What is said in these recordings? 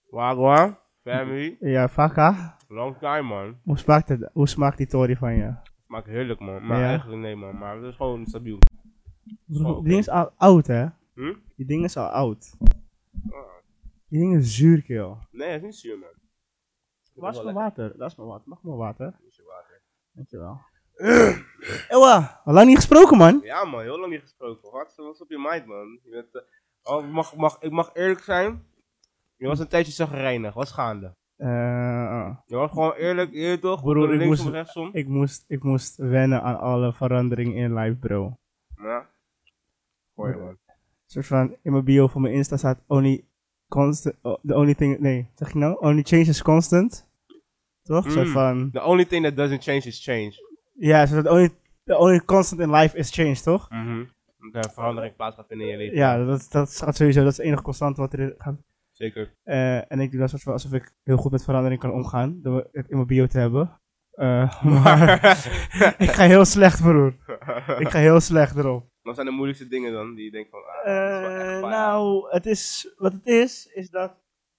Wagwan, family. Ja, Vaka. Long time, man. Hoe smaakt die Tory van je? Smaakt heerlijk, man. Maar Ja. eigenlijk nee, man. Maar het is gewoon stabiel. Die ding is al oud, hè? Hm? Die ding is al oud. Ah. Die ding is zuur, kill. Nee, het is niet zuur, man. Waar is mijn water? Dat is mijn water. Mag mijn water? Is je water. Dankjewel. Ewa, al lang niet gesproken, man. Ja, man. Heel lang niet gesproken. Wat is op je mind, man? Je bent, ik mag eerlijk zijn. Je was een tijdje zagrijnig. Wat is gaande? Je was gewoon eerlijk toch? Broer, Linksom, rechtsom. ik moest wennen aan alle veranderingen in life, bro. Ja. Gooi, man. Een soort van, in mijn bio van mijn Insta staat only constant, the only thing, nee, zeg je nou? Only change is constant. Toch? Een soort van, The only thing that doesn't change is change. ja, so the only constant in life is change, toch? Dat er verandering plaats gaat vinden in je leven. Ja, dat gaat sowieso, dat is het enige constante wat er gaat. Zeker. En ik doe dat soort van alsof ik heel goed met verandering kan omgaan, door het in mijn bio te hebben. Maar ik ga heel slecht, broer. Ik ga heel slecht erop. Wat zijn de moeilijkste dingen dan die je denkt van, dat is wel echt fijn. Nou, wat het is dat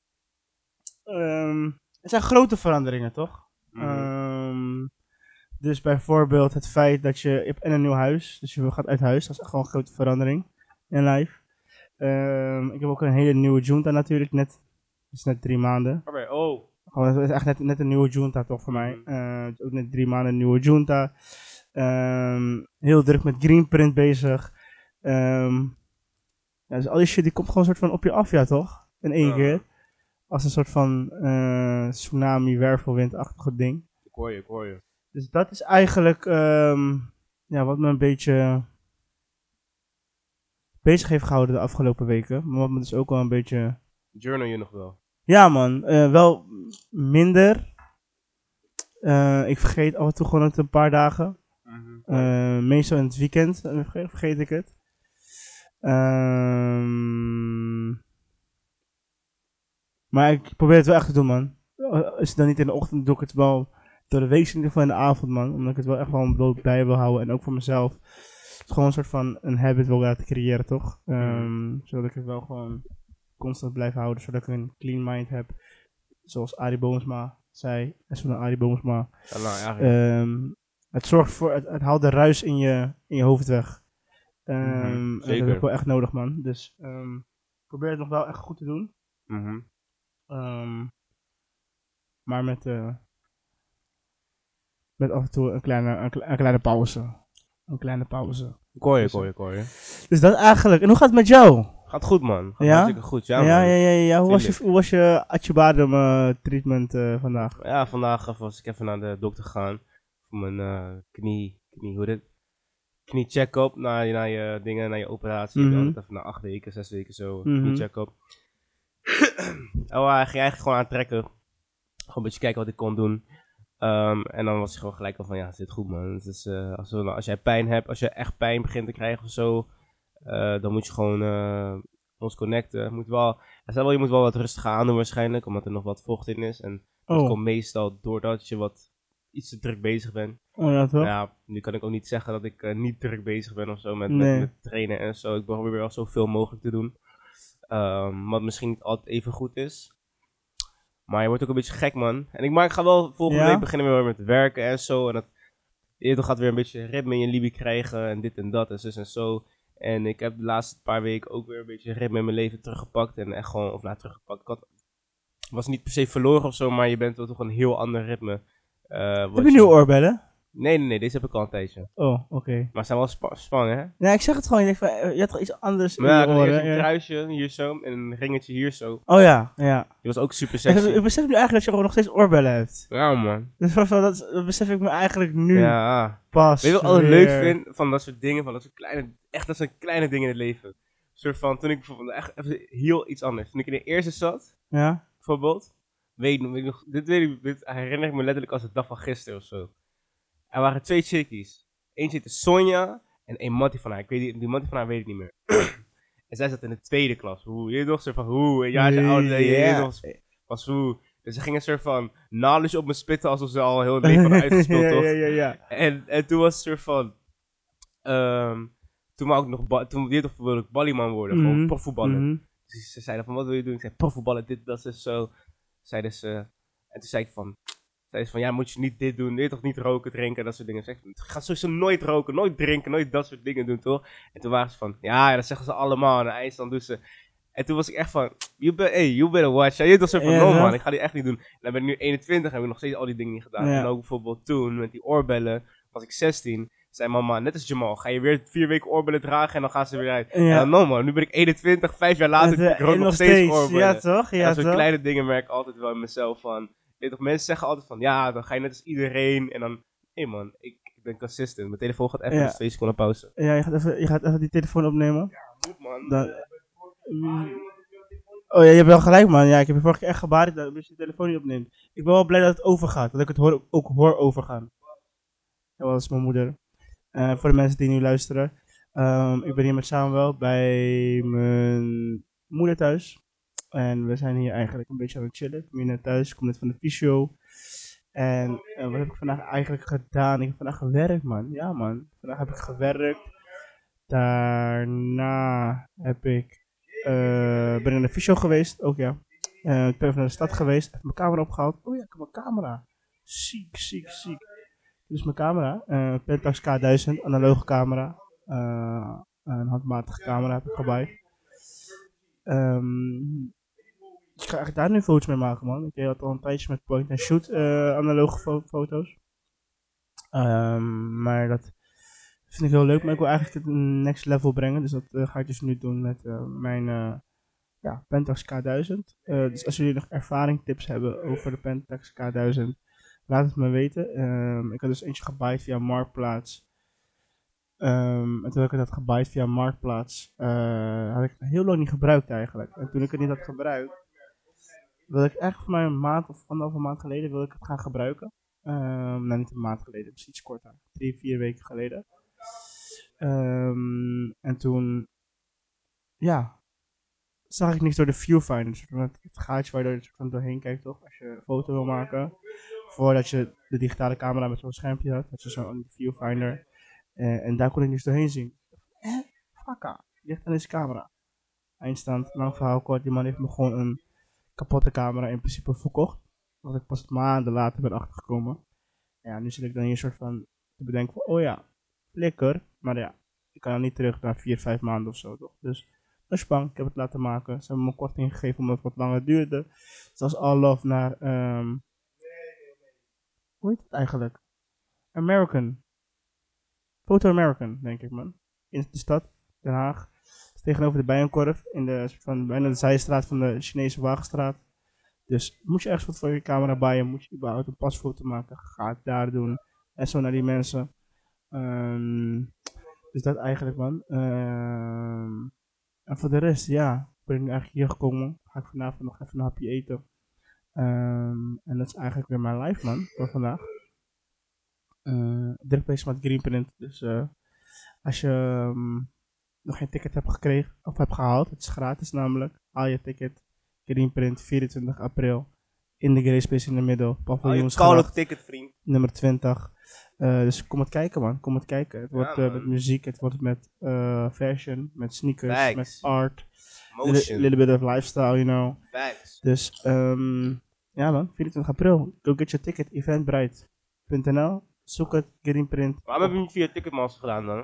het zijn grote veranderingen, toch? Dus bijvoorbeeld het feit dat je hebt en een nieuw huis, dus je gaat uit huis, dat is echt gewoon een grote verandering in life. Ik heb ook een hele nieuwe junta natuurlijk, het is net 3 maanden. Oké, oh. Gewoon, het is echt net een nieuwe junta toch voor mij. Het is ook net 3 maanden een nieuwe junta. Heel druk met Greenprint bezig. Ja, dus al die shit die komt gewoon een soort van op je af, ja toch? In één keer. Als een soort van tsunami, wervelwindachtige ding. Ik hoor je. Dus dat is eigenlijk wat me een beetje bezig heeft gehouden de afgelopen weken. Maar wat me dus ook wel een beetje... Journal je nog wel? Ja man, wel minder. Ik vergeet af en toe gewoon een paar dagen. Meestal in het weekend vergeet ik het. Maar ik probeer het wel echt te doen, man. Is het dan niet in de ochtend, doe ik het wel door de week in ieder geval in de avond, man. Omdat ik het wel echt wel bij wil houden. En ook voor mezelf. Het is gewoon een soort van een habit wil laten creëren, toch? Zodat ik het wel gewoon constant blijf houden. Zodat ik een clean mind heb. Zoals Arie Boomsma zei. Arie Boomsma. Het zorgt voor, het haalt de ruis in je hoofd weg. Zeker. Dat heb ik wel echt nodig, man. Dus ik probeer het nog wel echt goed te doen. Maar met af en toe een kleine pauze. Een kleine pauze. Ik hoor je. Dus dat eigenlijk. En hoe gaat het met jou? Gaat goed, man. Gaat Ja? hartstikke goed. Ja, man. Ja. Hoe was je Achybadem treatment vandaag? Ja, vandaag was ik even naar de dokter gegaan. Voor mijn knie check-up. Naar je dingen, naar je operatie. Altijd even na 8 weken, 6 weken zo. Knie check-up. Hij ging eigenlijk gewoon aan het trekken. Gewoon een beetje kijken wat ik kon doen. En dan was hij gewoon gelijk al van, ja, het zit goed, man. Het is, als jij pijn hebt, als je echt pijn begint te krijgen of zo, dan moet je gewoon ons connecten. Hij zei wel, je moet wel wat rustig aan doen waarschijnlijk, omdat er nog wat vocht in is. En dat komt meestal doordat je iets te druk bezig bent. Oh ja, toch? Ja, nu kan ik ook niet zeggen dat ik niet druk bezig ben of zo met trainen en zo. Ik probeer wel zoveel mogelijk te doen. Wat misschien niet altijd even goed is. Maar je wordt ook een beetje gek, man. En ik ga wel volgende week beginnen weer met werken en zo. En je gaat weer een beetje ritme in je Libi krijgen. En dit en dat en zus en zo. En ik heb de laatste paar weken ook weer een beetje ritme in mijn leven teruggepakt. En echt gewoon, teruggepakt. Ik was niet per se verloren of zo, maar je bent toch een heel ander ritme. Heb je nieuwe oorbellen? Nee, deze heb ik al een tijdje. Oh, oké. Maar ze zijn wel spannend, hè? Nee, ik zeg het gewoon. Je had toch iets anders in je oren? een kruisje hier zo en een ringetje hier zo. Oh ja. Die was ook super sexy. Ik besef nu eigenlijk dat je gewoon nog steeds oorbellen hebt. Ja, man. Dus dat besef ik me eigenlijk nu pas. Weet je wat ik altijd leuk vind van dat soort dingen? Van dat soort kleine dingen in het leven. Een soort van, toen ik bijvoorbeeld echt even heel iets anders. Toen ik in de eerste zat, bijvoorbeeld. Dit herinner ik me letterlijk als de dag van gisteren of zo. Er waren 2 chickies. Eentje heette Sonja en een mattie van haar. Die mattie van haar weet ik niet meer. En zij zat in de 2e klas. Je nog soort van een jaartje ouder. Was hoe. Dus ze ging een soort van knowledge op me spitten alsof ze al heel het leven hadden uitgespeeld, toch? Ja. En toen was het soort van... Toen wilde ik ballyman worden, gewoon profvoetballen. Dus ze zeiden van, wat wil je doen? Ik zei, profvoetballen, dit, dat is zo. Zeiden ze, en toen zei ik van, ja, moet je niet dit doen, dit toch niet roken, drinken, dat soort dingen. Zeg, je gaat sowieso nooit roken, nooit drinken, nooit dat soort dingen doen, toch? En toen waren ze van, ja, dat zeggen ze allemaal. En eindstand doen ze. En toen was ik echt van, you better watch. Je toch zo van, no man, ik ga die echt niet doen. En dan ben ik nu 21 en heb ik nog steeds al die dingen niet gedaan. Ja. En ook bijvoorbeeld toen, met die oorbellen, was ik 16. Zei mama, net als Jamal, ga je weer 4 weken oorbellen dragen en dan gaan ze weer uit. Ja. En dan, no man, nu ben ik 21, 5 jaar later, ik rook nog steeds oorbellen. Ja toch? Ja, en dat soort kleine dingen merk ik altijd wel in mezelf van... Weet toch, mensen zeggen altijd van, ja, dan ga je net als iedereen. En dan, hé man, ik ben consistent. Mijn telefoon gaat even 2 seconden pauze. Ja, je gaat even die telefoon opnemen. Ja, moet man. Oh ja, je hebt wel gelijk man. Ja, ik heb je vorige keer echt gebaard dat je telefoon niet opneemt. Ik ben wel blij dat het overgaat. Dat ik het ook hoor overgaan. Ja, dat is mijn moeder. Voor de mensen die nu luisteren. Ik ben hier met Samuel bij mijn moeder thuis. En we zijn hier eigenlijk een beetje aan het chillen. Ik ben hier net thuis, ik kom net van de fysio. En wat heb ik vandaag eigenlijk gedaan? Ik heb vandaag gewerkt, man. Ja, man. Vandaag heb ik gewerkt. Daarna heb ik... ben in de fysio geweest, ook ja. Ik ben even naar de stad geweest, heb mijn camera opgehaald. Oh ja, ik heb mijn camera. Ziek. Dus mijn camera, Pentax K1000, analoge camera. Een handmatige camera heb ik gebouwd. Dus ik ga eigenlijk daar nu foto's mee maken, man. Ik had al een tijdje met point-and-shoot analoge foto's. Maar dat vind ik heel leuk. Maar ik wil eigenlijk het next level brengen. Dus dat ga ik dus nu doen met mijn Pentax K1000. Dus als jullie nog ervaringstips hebben over de Pentax K1000, laat het me weten. Ik had dus eentje gebouwd via Marktplaats. En toen ik het had gebouwd via Marktplaats, had ik het heel lang niet gebruikt eigenlijk. En toen ik het niet had gebruikt, wilde ik echt voor mij een maand of 1,5 maand geleden wilde ik het gaan gebruiken. Nou, niet een maand geleden, misschien iets korter. 3-4 weken geleden. En toen, zag ik niks door de viewfinder. Het gaatje waar je doorheen kijkt, toch? Als je een foto wil maken. Voordat je de digitale camera met zo'n schermpje had. Dat je zo'n viewfinder. En daar kon ik niks doorheen zien. Fakka. Ligt aan deze camera. Eindstand, lang verhaal kort. Die man heeft me gewoon een kapotte camera in principe verkocht. Wat ik pas maanden later ben achtergekomen. Ja, nu zit ik dan hier een soort van te bedenken van, oh ja, flikker. Maar ja, ik kan dan niet terug naar 4-5 maanden of zo, toch? Dus dat is bang. Ik heb het laten maken. Ze hebben me een korting gegeven omdat het wat langer duurde. Zoals all love naar, hoe heet het eigenlijk? American. Photo American, denk ik, man. In de stad, Den Haag. Tegenover de Bijenkorf, bijna de zijstraat van de Chinese Wagenstraat. Dus moet je ergens wat voor je camera bijen, moet je überhaupt een pasfoto maken, ga het daar doen. En zo naar die mensen. Dus dat eigenlijk, man. En voor de rest, ben ik nu eigenlijk hier gekomen. Ga ik vanavond nog even een hapje eten. En dat is eigenlijk weer mijn live, man, voor vandaag. Druk bezig met Greenprint. Dus als je nog geen ticket hebt gekregen of hebt gehaald, het is gratis namelijk. Haal je ticket, Greenprint, 24 april. In de Grey Space in de middel. Paviljoensgracht. Ticket, vriend. Nummer 20. Dus kom het kijken, man. Kom het kijken. Het wordt met muziek, het wordt met fashion, met sneakers, met art. Little bit of lifestyle, you know. Facts. Dus, man, 24 april. Go get your ticket, eventbrite.nl. Zoek het, Greenprint. Waarom heb je niet via Ticketmaster gedaan dan?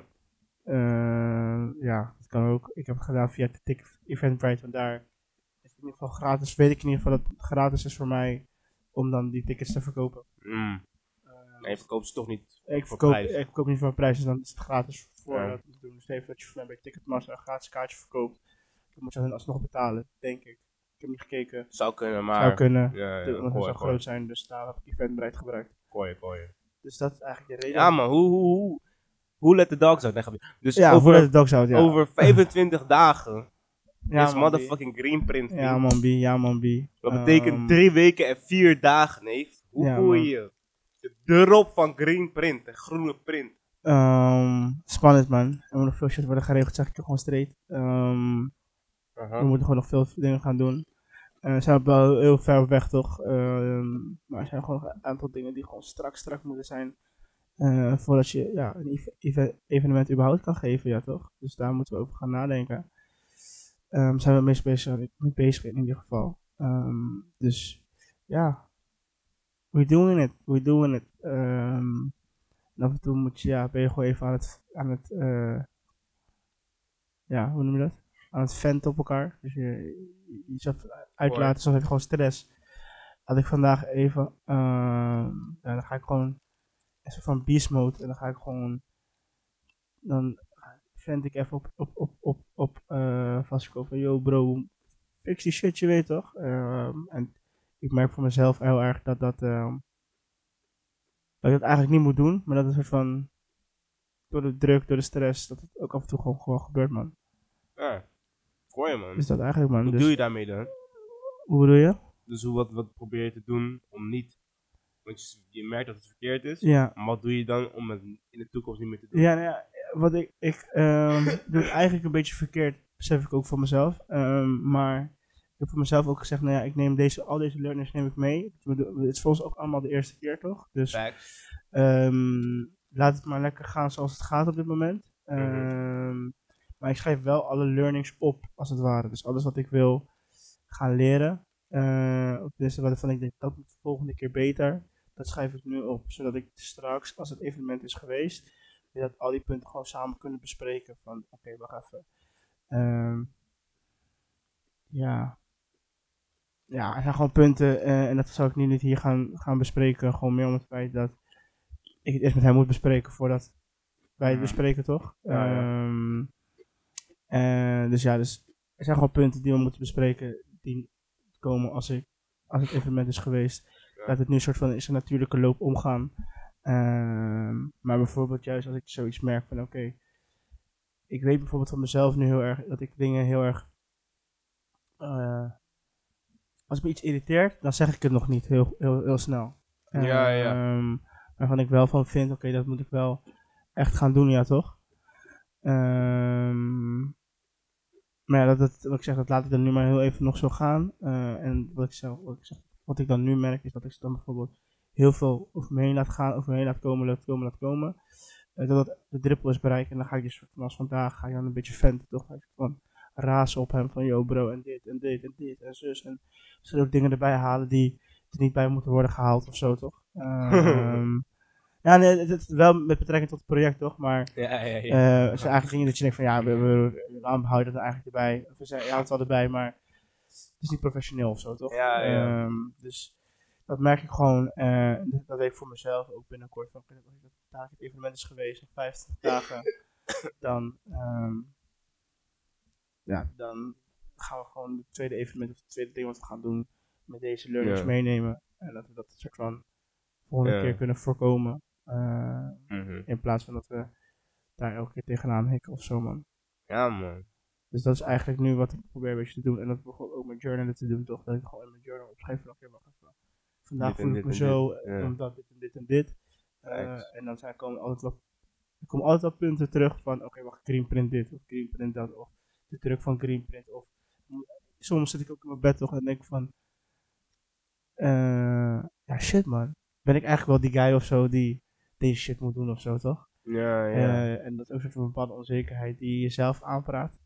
Dat kan ook. Ik heb het gedaan via de ticket Eventbrite, want daar is het in ieder geval gratis. Weet ik in ieder geval dat het gratis is voor mij om dan die tickets te verkopen. Nee, je verkoopt ze toch niet ik verkoop niet voor een prijs, dus dan is het gratis voor dat te doen. Dus even dat je voor mij bij Ticketmaster een gratis kaartje verkoopt, dan moet je dan alsnog betalen, denk ik. Ik heb niet gekeken. Zou kunnen, maar... Zou kunnen. Ja, het zou groot zijn, dus daar heb ik Eventbrite gebruikt. Kooi. Dus dat is eigenlijk de reden. Ja, maar hoe let the dogs out? Dus hoe let the dogs out, ja. Over 25 dagen is man, motherfucking Greenprint. Ja, man, B. Dat betekent 3 weken en 4 dagen, neef. Hoe voel je je? De drop van Greenprint, de groene print. Spannend, man. Er moeten nog veel shit worden geregeld, zeg ik je gewoon straight. We moeten gewoon nog veel dingen gaan doen. We zijn wel heel ver weg, toch? Maar er zijn gewoon nog een aantal dingen die gewoon strak moeten zijn. Voordat je een evenement überhaupt kan geven, ja toch? Dus daar moeten we over gaan nadenken. zijn we mee bezig in ieder geval. Dus ja, we're doing it. En af en toe ben je gewoon even aan het hoe noem je dat? Aan het venten op elkaar. Dus jezelf uitlaten, soms heb je gewoon stress. Had ik vandaag even, dan ga ik gewoon een soort van beast mode en dan ga ik gewoon, dan vent ik even op Vasco van, yo bro, fix die shit, je weet toch? En ik merk voor mezelf heel erg dat ik dat eigenlijk niet moet doen, maar dat een soort van, door de druk, door de stress, dat het ook af en toe gewoon gebeurt, man. Ja, voor je, man. Is dat eigenlijk, man. Hoe doe je daarmee dan? Hoe bedoel je? Dus wat probeer je te doen om niet... Want je merkt dat het verkeerd is. Ja. Maar wat doe je dan om het in de toekomst niet meer te doen? Ja, nou ja, wat ik doe het eigenlijk een beetje verkeerd, besef ik ook van mezelf. Maar ik heb voor mezelf ook gezegd, nou ja, ik neem al deze learnings neem ik mee. Het is voor ons ook allemaal de eerste keer, toch? Dus laat het maar lekker gaan zoals het gaat op dit moment. Maar ik schrijf wel alle learnings op, als het ware. Dus alles wat ik wil gaan leren. Waarvan ik denk, dat moet de volgende keer beter. Dat schrijf ik nu op, zodat ik straks, als het evenement is geweest, dat al die punten gewoon samen kunnen bespreken. Van, oké, wacht even. Ja, er zijn gewoon punten, en dat zou ik nu niet hier gaan bespreken. Gewoon meer om het feit dat ik het eerst met hem moet bespreken voordat wij het bespreken, toch? Dus er zijn gewoon punten die we moeten bespreken, die komen als het evenement is geweest. Dat het nu een soort van is een natuurlijke loop omgaan. Maar bijvoorbeeld juist als ik zoiets merk van oké, ik weet bijvoorbeeld van mezelf nu heel erg dat ik dingen heel erg, als me iets irriteert, dan zeg ik het nog niet heel snel. Waarvan ik wel van vind, oké, dat moet ik wel echt gaan doen, ja toch? Maar ja, wat ik zeg, dat laat ik dan nu maar heel even nog zo gaan. En wat ik dan nu merk is dat ik dan bijvoorbeeld heel veel over me heen laat gaan, over me heen laat komen. Dat de drippel is bereikt en dan ga ik dus als vandaag ga je dan een beetje venten, toch? Van razen op hem van, yo bro, en dit en dit en dit en zus. En ze ook dingen erbij halen die er niet bij moeten worden gehaald of zo, toch? Ja, nee, het is wel met betrekking tot het project, toch? Maar er zijn eigenlijk dingen dat je denkt van, ja, waarom hou je dat eigenlijk erbij? Of je houdt het wel erbij, maar het is niet professioneel of zo, toch? Dus dat merk ik gewoon, dat weet ik voor mezelf ook binnenkort. Van, als het evenement is geweest, in 50 dagen, dan gaan we gewoon het tweede evenement, of het tweede ding wat we gaan doen, met deze learnings meenemen. En dat we dat soort van volgende keer kunnen voorkomen. In plaats van dat we daar elke keer tegenaan hikken of zo, man. Ja, man. Dus dat is eigenlijk nu wat ik probeer een beetje te doen. En dat begon ook met journalen te doen, toch? Dat ik gewoon in mijn journal opschrijf van, oké, wacht even. Vandaag voel ik me zo, omdat dit en dit. En dan komen altijd wel punten terug van, oké, wacht, greenprint dit, of greenprint dat, of de druk van greenprint. Of soms zit ik ook in mijn bed, toch? En denk van, ja, shit, man. Ben ik eigenlijk wel die guy of zo die deze shit moet doen of zo, toch? En dat is ook een soort van bepaalde onzekerheid die je jezelf aanpraat.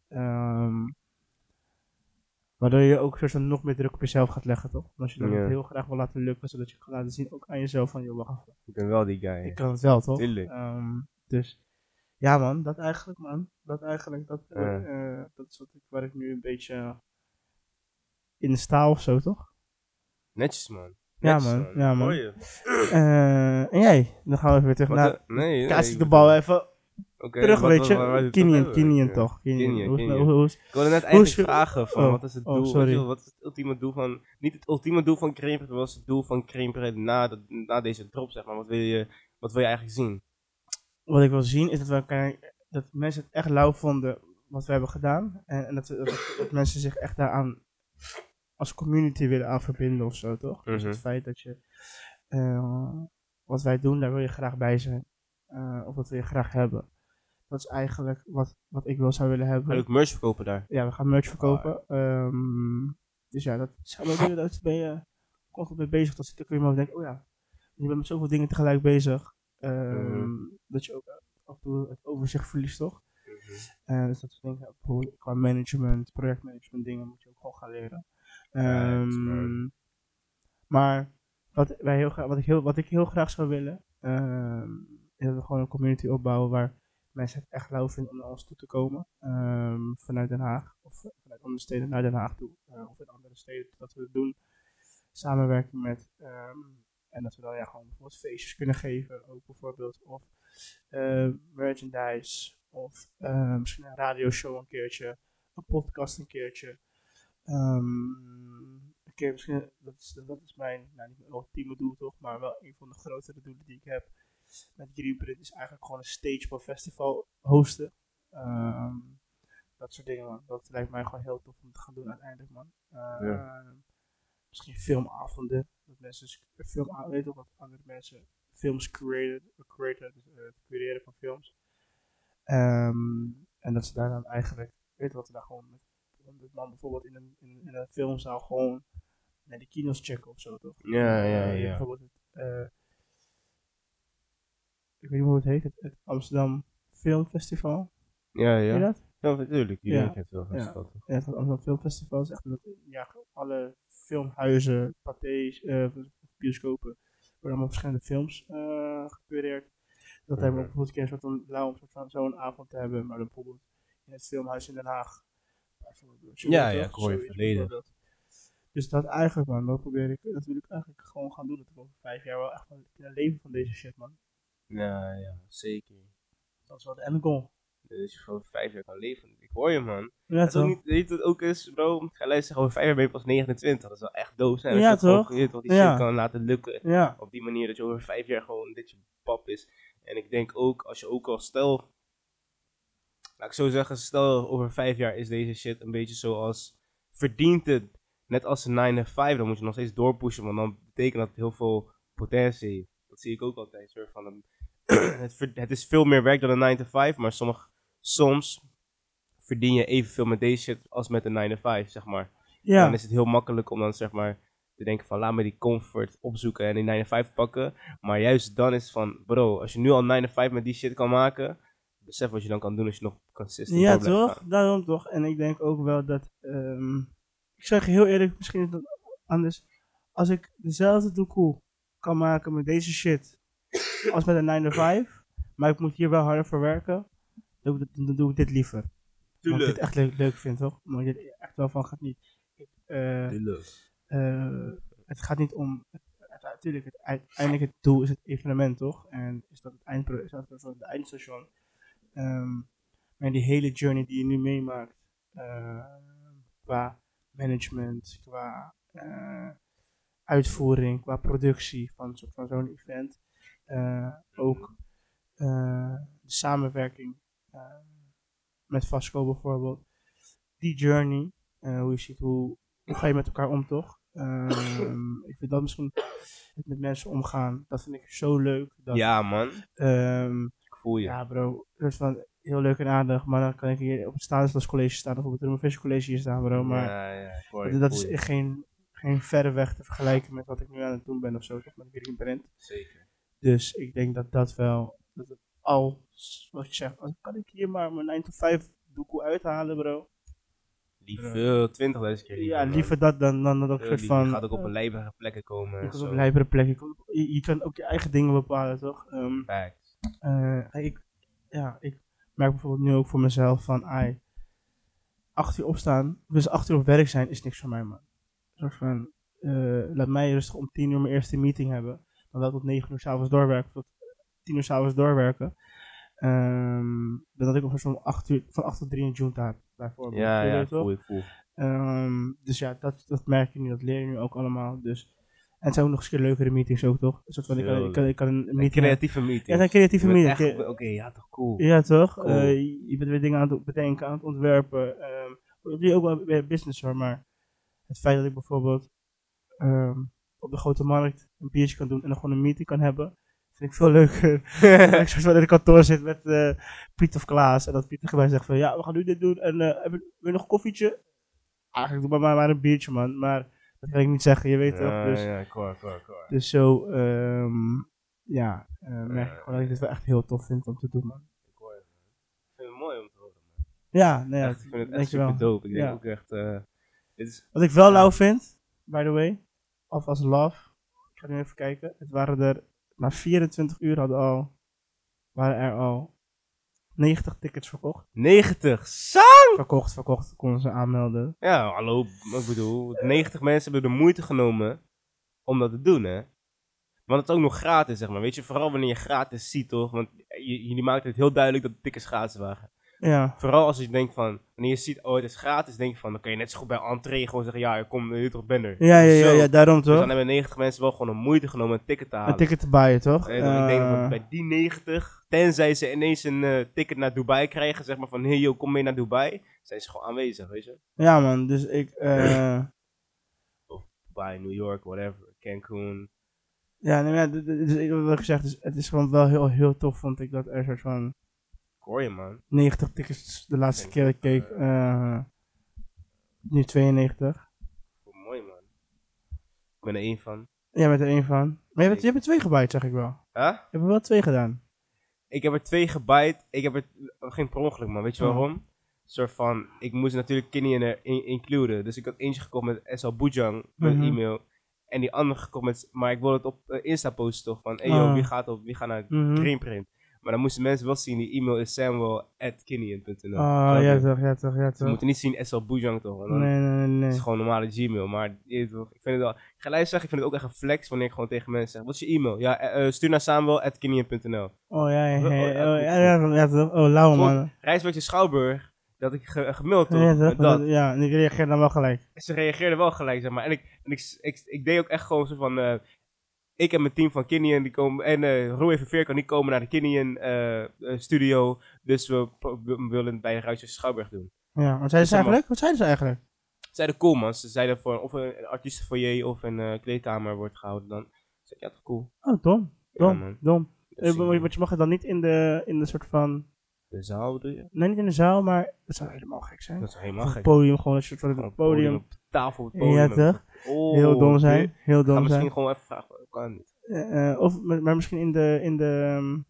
Waardoor je ook soort van nog meer druk op jezelf gaat leggen, toch? Als je dat heel graag wil laten lukken, zodat je kan laten zien ook aan jezelf van, joh, wacht even. Ik ben wel die guy. Ik kan het wel, toch? Tuurlijk. Dus, ja man, dat eigenlijk, man. Dat is waar ik nu een beetje in sta of zo, toch? Netjes, man. Ja, man. En jij? Dan gaan we even weer terug naar... Kaas ik de bal even terug, weet je. Kinian toch? Kinian. Ik wilde net eigenlijk vragen van, wat is het doel? Wat is het ultieme doel van... Niet het ultieme doel van Crème, wat was het doel van Crème na deze drop, zeg maar. Wat wil je eigenlijk zien? Wat ik wil zien is dat mensen het echt lauw vonden wat we hebben gedaan. En dat mensen zich echt daaraan als community willen aan verbinden of zo, toch? Dus het feit dat je wat wij doen, daar wil je graag bij zijn. Of dat wil je graag hebben. Dat is eigenlijk wat ik zou willen hebben. Ga je ook merch verkopen daar? Ja, we gaan merch verkopen. Dus ja, dat zijn wel dingen, dat ben je constant mee bezig. Dat zit er kun je maar denken, oh ja, je bent met zoveel dingen tegelijk bezig. Dat je ook af en toe het overzicht verliest, toch? Dus dat soort dingen, bijvoorbeeld qua management, projectmanagement dingen moet je ook gewoon gaan leren. Maar wat ik heel graag zou willen, is dat we gewoon een community opbouwen waar mensen het echt leuk vinden om naar ons toe te komen. Vanuit Den Haag, of vanuit andere steden naar Den Haag toe, of in andere steden, dat we het doen. Samenwerking met, en dat we dan gewoon bijvoorbeeld feestjes kunnen geven, ook bijvoorbeeld, of merchandise, of misschien een radioshow een keertje, een podcast een keertje. Een keer misschien, dat is mijn, nou niet mijn ultieme doel toch, maar wel een van de grotere doelen die ik heb met Greenprint is eigenlijk gewoon een stage op een festival hosten. Dat soort dingen, man. Dat lijkt mij gewoon heel tof om te gaan doen uiteindelijk, man. Misschien filmavonden, dat mensen dus weten of wat andere mensen films creëren, dus het creëren van films. En dat ze daar dan eigenlijk, weet wat we daar gewoon met man bijvoorbeeld in een filmzaal gewoon naar die kino's checken of zo, toch? Ja. Bijvoorbeeld ik weet niet hoe het heet, het Amsterdam Filmfestival. Ja. Weet je dat? Ja, natuurlijk. Iedereen kent wel festival. Ja, het Amsterdam Filmfestival is echt alle filmhuizen, pathés, bioscopen, worden allemaal verschillende films gecureerd. Dat hebben we ook bijvoorbeeld een keer een soort van lauw om zo'n avond te hebben, maar dan bijvoorbeeld in het filmhuis in Den Haag. Ja, ik hoor je verleden. Dus dat eigenlijk, man, dat wil ik eigenlijk gewoon gaan doen. Dat ik over 5 jaar wel echt van kunnen leven van deze shit, man. Ja, zeker. Dat is wel de end goal. Dus je gewoon 5 jaar kan leven. Ik hoor je, man. Ja, toch? Weet je wat het ook is, bro? Ga luisteren, over 5 jaar ben je pas 29. Dat is wel echt doof zijn. Ja, toch? Dat je die shit kan laten lukken. Ja. Op die manier dat je over 5 jaar gewoon dit je pap is. En ik denk ook, als je ook al stel... Laat ik zo zeggen, stel over 5 jaar is deze shit een beetje zoals... Verdient het, net als een 9 to 5, dan moet je nog steeds doorpushen. Want dan betekent dat het heel veel potentie heeft. Dat zie ik ook altijd. Soort van het is veel meer werk dan een 9 to 5, maar soms verdien je evenveel met deze shit als met een 9 to 5, zeg maar. Ja. Dan is het heel makkelijk om dan, zeg maar, te denken van, laat me die comfort opzoeken en die 9 to 5 pakken. Maar juist dan is het van, bro, als je nu al 9 to 5 met die shit kan maken, besef wat je dan kan doen als je nog consistent ja, blijft toch? gaan. Daarom toch. En ik denk ook wel dat, ik zeg heel eerlijk, misschien is dat anders. Als ik dezelfde doekoe kan maken met deze shit als met een 9 to 5, maar ik moet hier wel harder voor werken, dan doe ik dit liever. Omdat ik dit echt leuk vind, toch? Maar ik dit echt wel van gaat niet. Het gaat niet om. Natuurlijk, uiteindelijk het doel is het evenement, toch? En is dat het eindstation. Maar die hele journey die je nu meemaakt, qua management, qua uitvoering, qua productie van zo'n event, ook de samenwerking met Vasco bijvoorbeeld, die journey, hoe je ziet hoe ga je met elkaar om, toch? Ik vind dat misschien het met mensen omgaan, dat vind ik zo leuk. Dat, ja, man. Ik voel je. Ja, bro. Dat is van heel leuk en aardig, maar dan kan ik hier op het Stanislas staan of op het Roemer College hier staan, bro. Maar dat is echt geen verre weg te vergelijken met wat ik nu aan het doen ben of zo, toch? Met Greenprint. Zeker. Dus ik denk dat wel, dat het al, wat je zegt, kan ik hier maar mijn 9 to 5 doekoe uithalen, bro. Liever 20.000 keer liever. Ja, liever dat dan dat ook soort van... Je gaat ook op een lijpere plekken komen. Je gaat op lijpere plekken. Je kan ook je eigen dingen bepalen, toch? Facts. Ik merk bijvoorbeeld nu ook voor mezelf van, 8 uur opstaan, dus 8 uur op werk zijn, is niks voor mij, man. Een soort van, laat mij rustig om 10 uur mijn eerste meeting hebben, dan wel tot 9 uur s'avonds doorwerken, tot 10 uur s'avonds doorwerken. Dan dat ik op zo'n 8 uur, van 8 tot 3 in June heb, bijvoorbeeld. Ja, voel. Dus ja, dat merk je nu, dat leer je nu ook allemaal, dus... En het zijn ook nog eens keer leukere meetings ook, toch? Een soort van, ik kan een meeting... creatieve meeting. Ja, een creatieve meeting. Oké, ja, toch cool. Ja, toch? Cool. Je bent weer dingen aan het bedenken, aan het ontwerpen. Dat doe je ook wel bij business hoor, maar het feit dat ik bijvoorbeeld op de grote markt een biertje kan doen en dan gewoon een meeting kan hebben, vind ik veel leuker. Dat ik soort van in het kantoor zit met Piet of Klaas en dat Piet tegen mij zegt van, ja, we gaan nu dit doen en wil je nog een koffietje? Eigenlijk doe maar een biertje, man, maar... Dat kan ik niet zeggen, je weet toch? Dus, ja, core. Dus zo, merk ik gewoon dat ik dit wel echt heel tof vind om te doen, man. Ik hoor het, man. Ik vind het mooi om te horen, Ja, nee, echt, ik vind het echt super dope. Ik denk ook echt... dit is, wat ik wel lauw vind, by the way, of als love, ik ga nu even kijken. Het waren er, na 24 uur waren er al 90 tickets verkocht. 90! Sang! Verkocht, konden ze aanmelden. Ja, hallo, ik bedoel, 90 mensen hebben de moeite genomen om dat te doen, hè. Want het is ook nog gratis, zeg maar. Weet je, vooral wanneer je gratis ziet, toch? Want jullie maakt het heel duidelijk dat de tickets gratis waren. Ja. Vooral als je denkt van, wanneer je ziet, oh, het is gratis, denk je van, dan kun je net zo goed bij entree gewoon zeggen, ja, kom, je toch, ben er. Ja, daarom toch? Dus dan hebben 90 mensen wel gewoon de moeite genomen een ticket te halen. Een ticket te buyen, toch? Ik denk dat bij die 90, tenzij ze ineens een ticket naar Dubai krijgen, zeg maar van, hey, yo, kom mee naar Dubai, zijn ze gewoon aanwezig, weet je. Ja, man, dus ik... Of Dubai, New York, whatever, Cancun. Ja, nee, dus wat ik gezegd, dus het is gewoon wel heel tof, vond ik, dat er soort van... Ik hoor je, man. 90 tickets de laatste keer ik keek. Nu 92. Mooi, man. Ik ben er één van. Jij bent er één van. Maar je hebt er 2 gebaaid, zeg ik wel. Huh? Je hebt er wel 2 gedaan. Ik heb er 2 gebaaid. Ik heb er geen per ongeluk, man. Weet je waarom? Een soort van, ik moest natuurlijk Kenny er includen. Dus ik had eentje gekocht met SL Bujang, met e-mail. En die andere gekocht met, maar ik wilde het op Insta posten toch. Van, hey yo, wie gaat naar Greenprint? Maar dan moesten mensen wel zien, die e-mail is samuel@kenyan.nl. Ja toch. Ze moeten niet zien SL Bujang toch. Nee. Het is gewoon een normale Gmail. Maar ik vind het wel, ik ga luisteren, ik vind het ook echt een flex wanneer ik gewoon tegen mensen zeg, wat is je e-mail? Ja, stuur naar samuel@kenyan.nl. Ja toch. Oh, lauwe man. Reiswerkje Schouwburg. Dat ik gemaild toch? Ja, en ik reageerde dan wel gelijk. Ze reageerden wel gelijk, zeg maar. En ik deed ook echt gewoon zo van... ik en mijn team van Kenyan, die komen... En Roe en Veer kan niet komen naar de Kenyan studio. Dus we willen het bij Reiswerkje Schouwburg doen. Ja, wat zeiden ze eigenlijk? Ze zeiden cool, man. Ze zeiden voor of een artiestenfoyer of een kleedkamer wordt gehouden dan. Ik zei, ja, toch cool. Oh, dom. Want je mag het dan niet in de soort van... De zaal bedoel je? Nee, niet in de zaal, maar dat zou helemaal gek zijn. Dat is helemaal gek. Podium, gewoon een soort van een podium. Op tafel, het podium. Ja, toch? Heel dom zijn. Ga misschien gewoon even vragen, kan niet. Maar misschien in de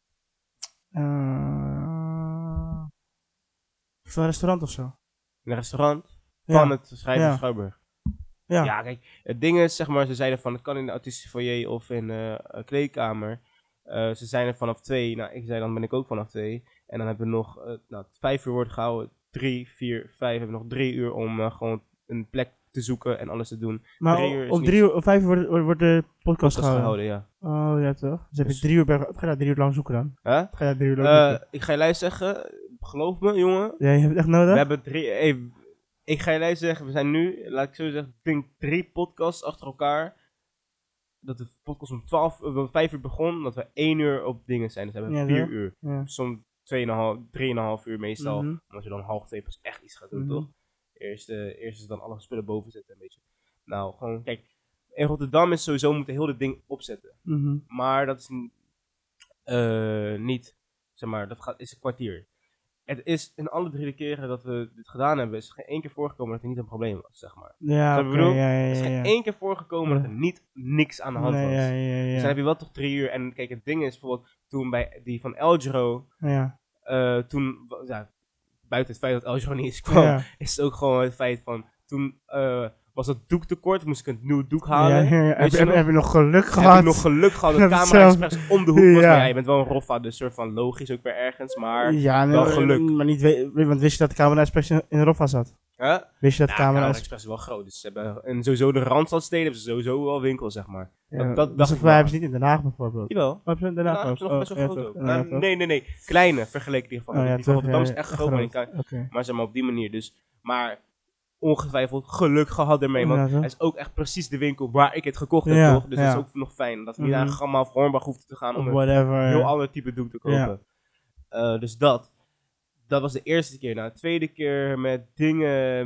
van een restaurant of zo. In een restaurant? Van het Schouwburg. Ja, kijk, het ding is, zeg maar, ze zeiden van, het kan in de artiestenfoyer of in een kleedkamer. Ze zijn er vanaf 2, nou, ik zei dan ben ik ook vanaf 2. En dan hebben we nog, 5 uur wordt gehouden, 3, 4, 5, hebben we nog 3 uur om gewoon een plek te zoeken en alles te doen. Maar 3 uur om 3 uur, of 5 uur wordt de podcast gehouden? Ja. Oh ja, toch? Dus heb je 3 uur ga je daar 3 uur lang zoeken dan? Huh? Ga je daar 3 uur lang zoeken? Ik ga je lijst zeggen, geloof me, jongen. Ja, je hebt het echt nodig? We hebben 3, ik ga je lijst zeggen, we zijn nu, laat ik zo zeggen, ik denk 3 podcasts achter elkaar. Dat de podcast om 5 uur begon, dat we 1 uur op dingen zijn. Dus we hebben 4 uur. Ja. Soms 3,5 uur meestal. Omdat je dan half 2 pas echt iets gaat doen, toch? Eerst is dan alle spullen boven zetten, een beetje. Nou, gewoon, kijk. In Rotterdam is sowieso moeten heel dit ding opzetten. Maar dat is niet, zeg maar, is een kwartier. Het is in alle 3 keren dat we dit gedaan hebben, is er geen 1 keer voorgekomen dat er niet een probleem was, zeg maar. Ja, Er is geen 1 keer voorgekomen dat er niks aan de hand was. Dus dan heb je wel toch 3 uur. En kijk, het ding is bijvoorbeeld, toen bij die van Eljero, toen, buiten het feit dat Eljero niet eens kwam, is het ook gewoon het feit van, toen was het doektekort, moest ik een nieuw doek halen. Heb je nog geluk gehad? Heb ik nog geluk gehad, de camera express om de hoek was. Maar je bent wel een roffa, dus soort van logisch ook weer ergens, maar wel geluk. Maar niet, want wist je dat de camera express in Roffa zat? Huh? Wist je dat camera express is wel groot, dus ze hebben, en sowieso de Randstadsteden hebben ze sowieso wel winkels, zeg maar. Dat hebben ze niet in Den Haag bijvoorbeeld. Jawel. Hebben ze in Den Haag nog best wel groot ook. Nee. Kleine vergeleken in ieder geval. Die van Rotterdam is echt groot, maar zeg maar op die manier. Dus, maar ongetwijfeld geluk gehad ermee, want het is ook echt precies de winkel waar ik het gekocht heb, toch? Dus dat is ook nog fijn, dat we niet naar Gamma of Hornbach hoefden te gaan om een heel ander type doek te kopen. Dus dat was de eerste keer. Nou, de tweede keer met dingen,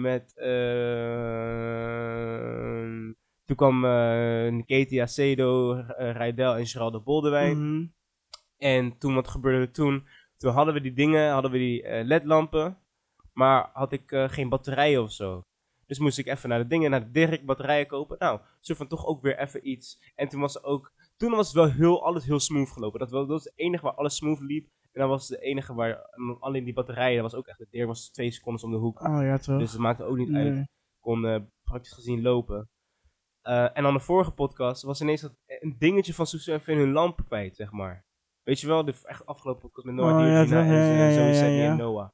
toen kwam Ketia Cedo, Rijdel en Geraldo Boldewijn. En toen, wat gebeurde er toen? Toen hadden we die dingen, LED-lampen, maar had ik geen batterijen of zo. Dus moest ik even naar de Dirk batterijen kopen. Nou, soort van toch ook weer even iets. En toen was het wel alles heel smooth gelopen. Dat was het enige waar alles smooth liep. En dat was de enige waar, alleen die batterijen, dat was ook echt, de deur was 2 seconden om de hoek. Oh ja, toch? Dus het maakte ook niet uit. Ik kon praktisch gezien lopen. En dan de vorige podcast was ineens een dingetje van Susu en Finn hun lamp kwijt, zeg maar. Weet je wel, de echt afgelopen podcast met Noah Diogina en Zoe Sedney en Noah.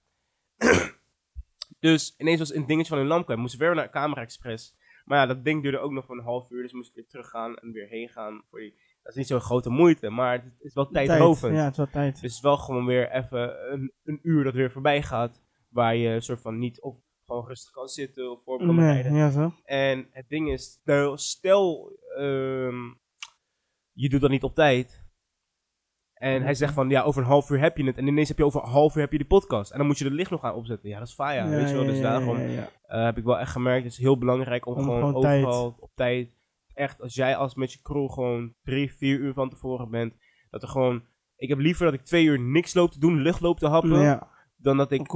Dus ineens was een dingetje van hun lamp kwijt. Moesten weer naar Camera Express. Maar ja, dat ding duurde ook nog een half uur, dus moest ik weer teruggaan en weer heen gaan. Dat is niet zo'n grote moeite, maar het is wel tijdrovend. Ja, het is wel tijd. Dus het is wel gewoon weer even een uur dat weer voorbij gaat, waar je soort van niet of gewoon rustig kan zitten of voor kan rijden. Ja, zo. En het ding is, stel je doet dat niet op tijd. En hij zegt van, ja, over een half uur heb je het. En ineens heb je over een half uur heb je die podcast. En dan moet je het licht nog gaan opzetten. Ja, dat is fire, weet je wel. Dus daarom heb ik wel echt gemerkt, het is heel belangrijk om gewoon overal op tijd. Echt, als jij met je crew gewoon 3-4 uur van tevoren bent. Dat er gewoon, ik heb liever dat ik 2 uur niks loop te doen, lucht loop te happen. Dan dat ik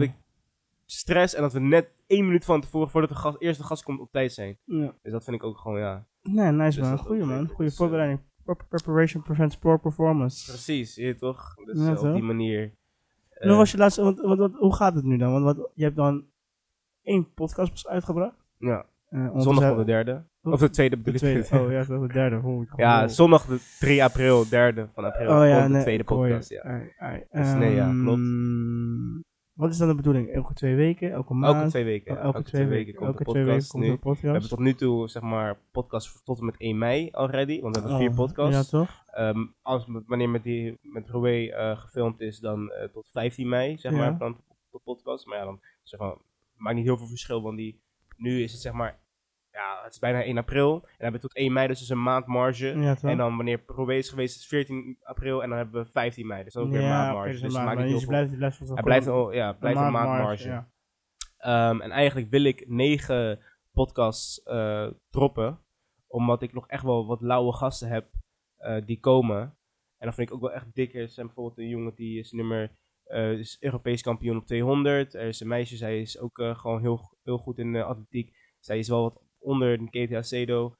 stress en dat we net 1 minuut van tevoren, voordat de eerste gast komt, op tijd zijn. Ja. Dus dat vind ik ook gewoon, ja. Nee, nice man. Goeie man. Goeie voorbereiding. Proper preparation prevents poor performance. Precies, je toch? Dus op die manier. Hoe was je laatste, hoe gaat het nu dan? Want je hebt dan 1 podcast uitgebracht. Ja. Zondag van de derde. Of de tweede bedoel ik. Oh ja, de derde. Ja, zondag de 3 april, 3e van april. Oh ja, de tweede podcast, ja. Dus nee, ja, klopt. Wat is dan de bedoeling? Elke 2 weken? Elke maand? Elke 2 weken. Elke 2 weken komt de podcast nu. We hebben tot nu toe, zeg maar, podcast tot en met 1 mei already. Want we hebben 4 podcasts. Ja, toch? Wanneer met Roué gefilmd is, dan tot 15 mei, zeg maar, dan tot podcast. Maar ja, dan zeg maar, maakt niet heel veel verschil, want nu is het zeg maar, ja, het is bijna 1 april. En dan hebben we tot 1 mei, dus is een maand marge. Ja, en dan wanneer Roué is geweest, is 14 april en dan hebben we 15 mei. Dus dan ook weer een maand marge. Dus maakt niet heel veel. Hij blijft een maand marge. Ja. En eigenlijk wil ik 9 podcasts droppen, omdat ik nog echt wel wat lauwe gasten heb die komen. En dan vind ik ook wel echt dik. Er zijn bijvoorbeeld een jongen die is is Europees kampioen op 200. Er is een meisje, zij is ook gewoon heel goed in atletiek. Zij is wel wat onder de Ketia Sedo.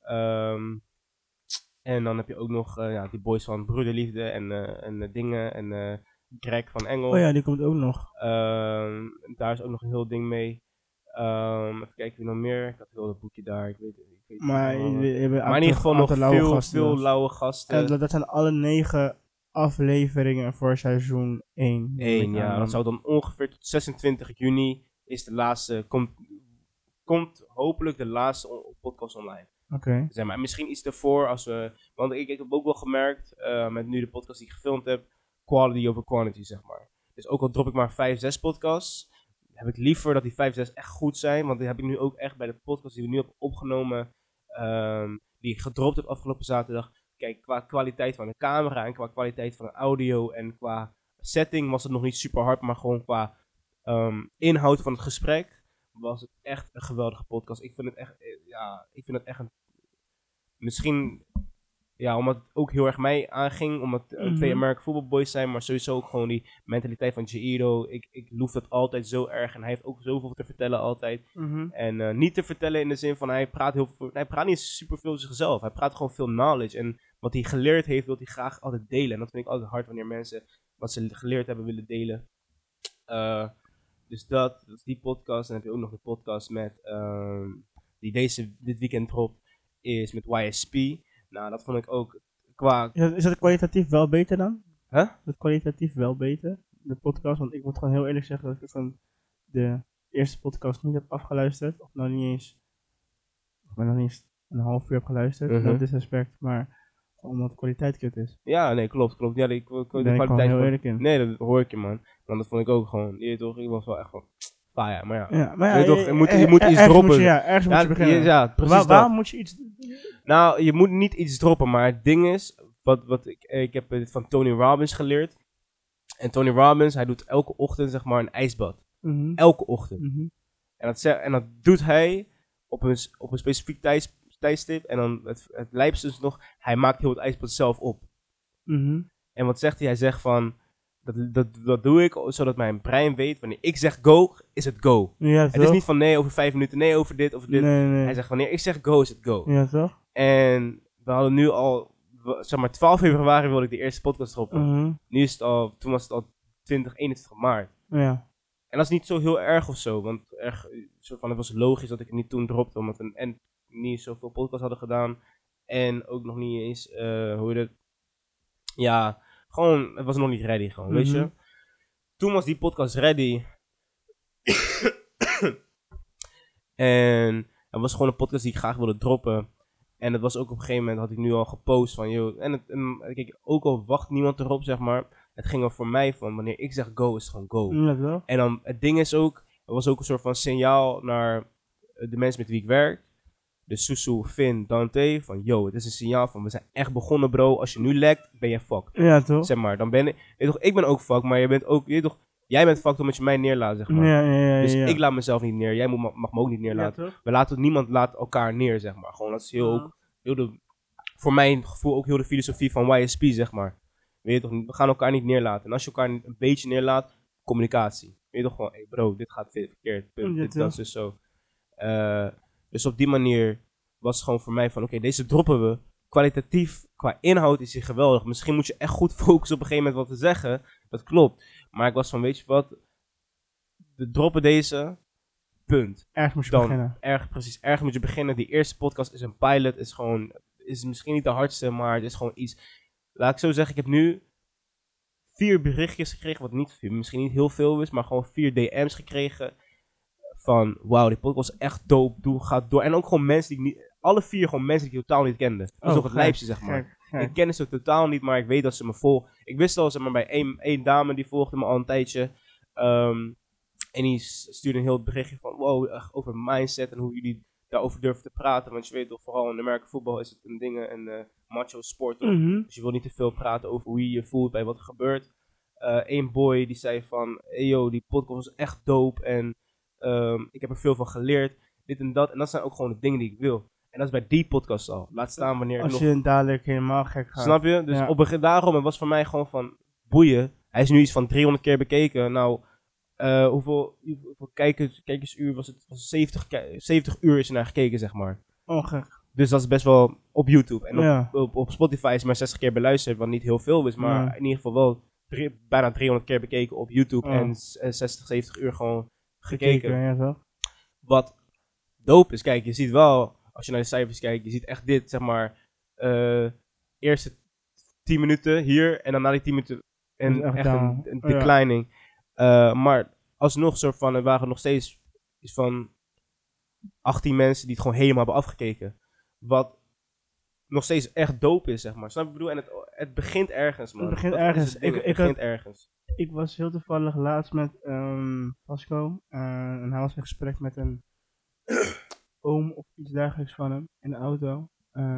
En dan heb je ook nog die boys van Broederliefde en Dingen en Greg van Engel. Oh ja, die komt ook nog. Daar is ook nog een heel ding mee. Even kijken wie nog meer. Ik had heel dat boekje daar. Ik weet maar in ieder geval nog veel lauwe gasten. En dat zijn alle 9 afleveringen voor seizoen 1. Ja. Dat zou dan ongeveer tot 26 juni is de laatste. Komt hopelijk de laatste podcast online. Oké. Zeg maar, misschien iets ervoor want ik heb ook wel gemerkt met nu de podcast die ik gefilmd heb, quality over quantity, zeg maar. Dus ook al drop ik maar 5-6 podcasts, heb ik liever dat die 5-6 echt goed zijn, want die heb ik nu ook echt bij de podcast die we nu hebben opgenomen, die ik gedropt heb afgelopen zaterdag. Kijk, qua kwaliteit van de camera en qua kwaliteit van de audio en qua setting was het nog niet super hard, maar gewoon qua inhoud van het gesprek was het echt een geweldige podcast. Ik vind het echt misschien, ja, omdat het ook heel erg mij aanging, omdat 2 American Football Boys zijn, maar sowieso ook gewoon die mentaliteit van Jairo. Ik loef dat altijd zo erg en hij heeft ook zoveel te vertellen altijd. En niet te vertellen in de zin van hij praat niet super veel over zichzelf. Hij praat gewoon veel knowledge en wat hij geleerd heeft wil hij graag altijd delen. En dat vind ik altijd hard wanneer mensen wat ze geleerd hebben willen delen. Dus dat is die podcast. En dan heb je ook nog de podcast met die dit weekend dropt, is met YSP. Nou, dat vond ik ook qua... Is dat kwalitatief wel beter dan? Huh? Is dat kwalitatief wel beter, de podcast? Want ik moet gewoon heel eerlijk zeggen dat ik van de eerste podcast niet heb afgeluisterd. Of nou niet eens een half uur heb geluisterd. No disrespect, maar omdat de kwaliteit kut is. Ja, nee, klopt. Ja, de kwaliteit heel eerlijk in. Nee, dat hoor ik je, man. Want dat vond ik ook gewoon... Ik was wel echt van... ja, maar je moet iets droppen. Ergens moet je beginnen. Ja, precies. Waarom moet je iets... Nou, je moet niet iets droppen, maar het ding is... Wat ik heb dit van Tony Robbins geleerd. En Tony Robbins, hij doet elke ochtend, zeg maar, een ijsbad. Elke ochtend. En dat doet hij op een specifiek tijdstip. En dan het lijpste is nog... Hij maakt heel het ijsbad zelf op. En wat zegt hij? Hij zegt van... Dat doe ik zodat mijn brein weet, wanneer ik zeg go, is het go. Ja, het is niet van nee over 5 minuten, nee over dit, over dit. Nee. Hij zegt wanneer ik zeg go, is het go. Ja, toch? En we hadden nu al zeg maar 12 februari wilde ik de eerste podcast droppen. Nu is het toen was het al 21 maart. Ja. En dat is niet zo heel erg of zo, want soort van, het was logisch dat ik het niet toen dropte, omdat we niet zoveel podcasts hadden gedaan. En ook nog niet eens, hoe je het... Ja, gewoon, het was nog niet ready gewoon, weet je. Toen was die podcast ready. En het was gewoon een podcast die ik graag wilde droppen. En het was ook op een gegeven moment, had ik nu al gepost van, joh. En kijk, ook al wacht niemand erop, zeg maar. Het ging er voor mij van, wanneer ik zeg go, is het gewoon go. Ja, wel. En dan, het ding is ook, er was ook een soort van signaal naar de mensen met wie ik werk. Dus Susu, Finn, Dante, van yo, het is een signaal van, we zijn echt begonnen bro. Als je nu lekt, ben je fucked. Ja, toch? Zeg maar, dan ben ik, weet toch, ik ben ook fucked, maar je bent ook, weet toch, jij bent fucked omdat je mij neerlaat, zeg maar. Ja. Dus ik laat mezelf niet neer, jij mag me ook niet neerlaten. Ja, Niemand laat elkaar neer, zeg maar. Gewoon, dat is voor mijn gevoel ook heel de filosofie van YSP, zeg maar. Weet je toch, we gaan elkaar niet neerlaten. En als je elkaar een beetje neerlaat, communicatie. Weet je toch gewoon, hey bro, dit gaat verkeerd, punt, dat is dus zo. Dus op die manier was het gewoon voor mij van, oké, deze droppen we. Kwalitatief, qua inhoud is hij geweldig. Misschien moet je echt goed focussen op een gegeven moment wat te zeggen. Dat klopt. Maar ik was van, weet je wat, we droppen deze, punt. Ergens moet je beginnen. Ergens moet je beginnen. Die eerste podcast is een pilot, is misschien niet de hardste, maar het is gewoon iets. Laat ik zo zeggen, ik heb nu 4 berichtjes gekregen, wat misschien niet heel veel is, maar gewoon 4 DM's gekregen. Van, wauw, die podcast was echt dope, gaat door. En ook gewoon mensen die ik niet, alle 4 gewoon mensen die ik totaal niet kende. Dat is nog het lijpste, zeg maar. Ik ken ze totaal niet, maar ik weet dat ze me volgen. Ik wist al, zeg maar, bij één dame, die volgde me al een tijdje. En die stuurde een heel berichtje van, wow, over mindset en hoe jullie daarover durven te praten. Want je weet toch, vooral in Amerika voetbal is het een ding, een macho sport. Dus je wil niet te veel praten over hoe je je voelt bij wat er gebeurt. Eén boy die zei van, hey yo, die podcast was echt dope en ik heb er veel van geleerd. Dit en dat. En dat zijn ook gewoon de dingen die ik wil. En dat is bij die podcast al. Laat staan wanneer als je dadelijk helemaal gek gaat. Snap je? Dus daarom, het was voor mij gewoon van, boeien. Hij is nu iets van 300 keer bekeken. Nou, hoeveel kijkersuur was het? 70 uur is er naar gekeken, zeg maar. Oh, gek. Dus dat is best wel op YouTube. En op Spotify is maar 60 keer beluisterd, wat niet heel veel is. Maar in ieder geval wel bijna 300 keer bekeken op YouTube. En 60, 70 uur gewoon gekeken. Ja, zo. Wat dope is, kijk, je ziet wel, als je naar de cijfers kijkt, je ziet echt dit, zeg maar, eerste 10 minuten hier en dan na die 10 minuten echt een declining. Maar alsnog soort van, er waren nog steeds iets van 18 mensen die het gewoon helemaal hebben afgekeken. Wat nog steeds echt dope is, zeg maar. Snap je wat ik bedoel? En het begint ergens, man. Het begint ergens. Het begint ergens. Ik was heel toevallig laatst met Pasco. En hij was in gesprek met een oom of iets dergelijks van hem in de auto.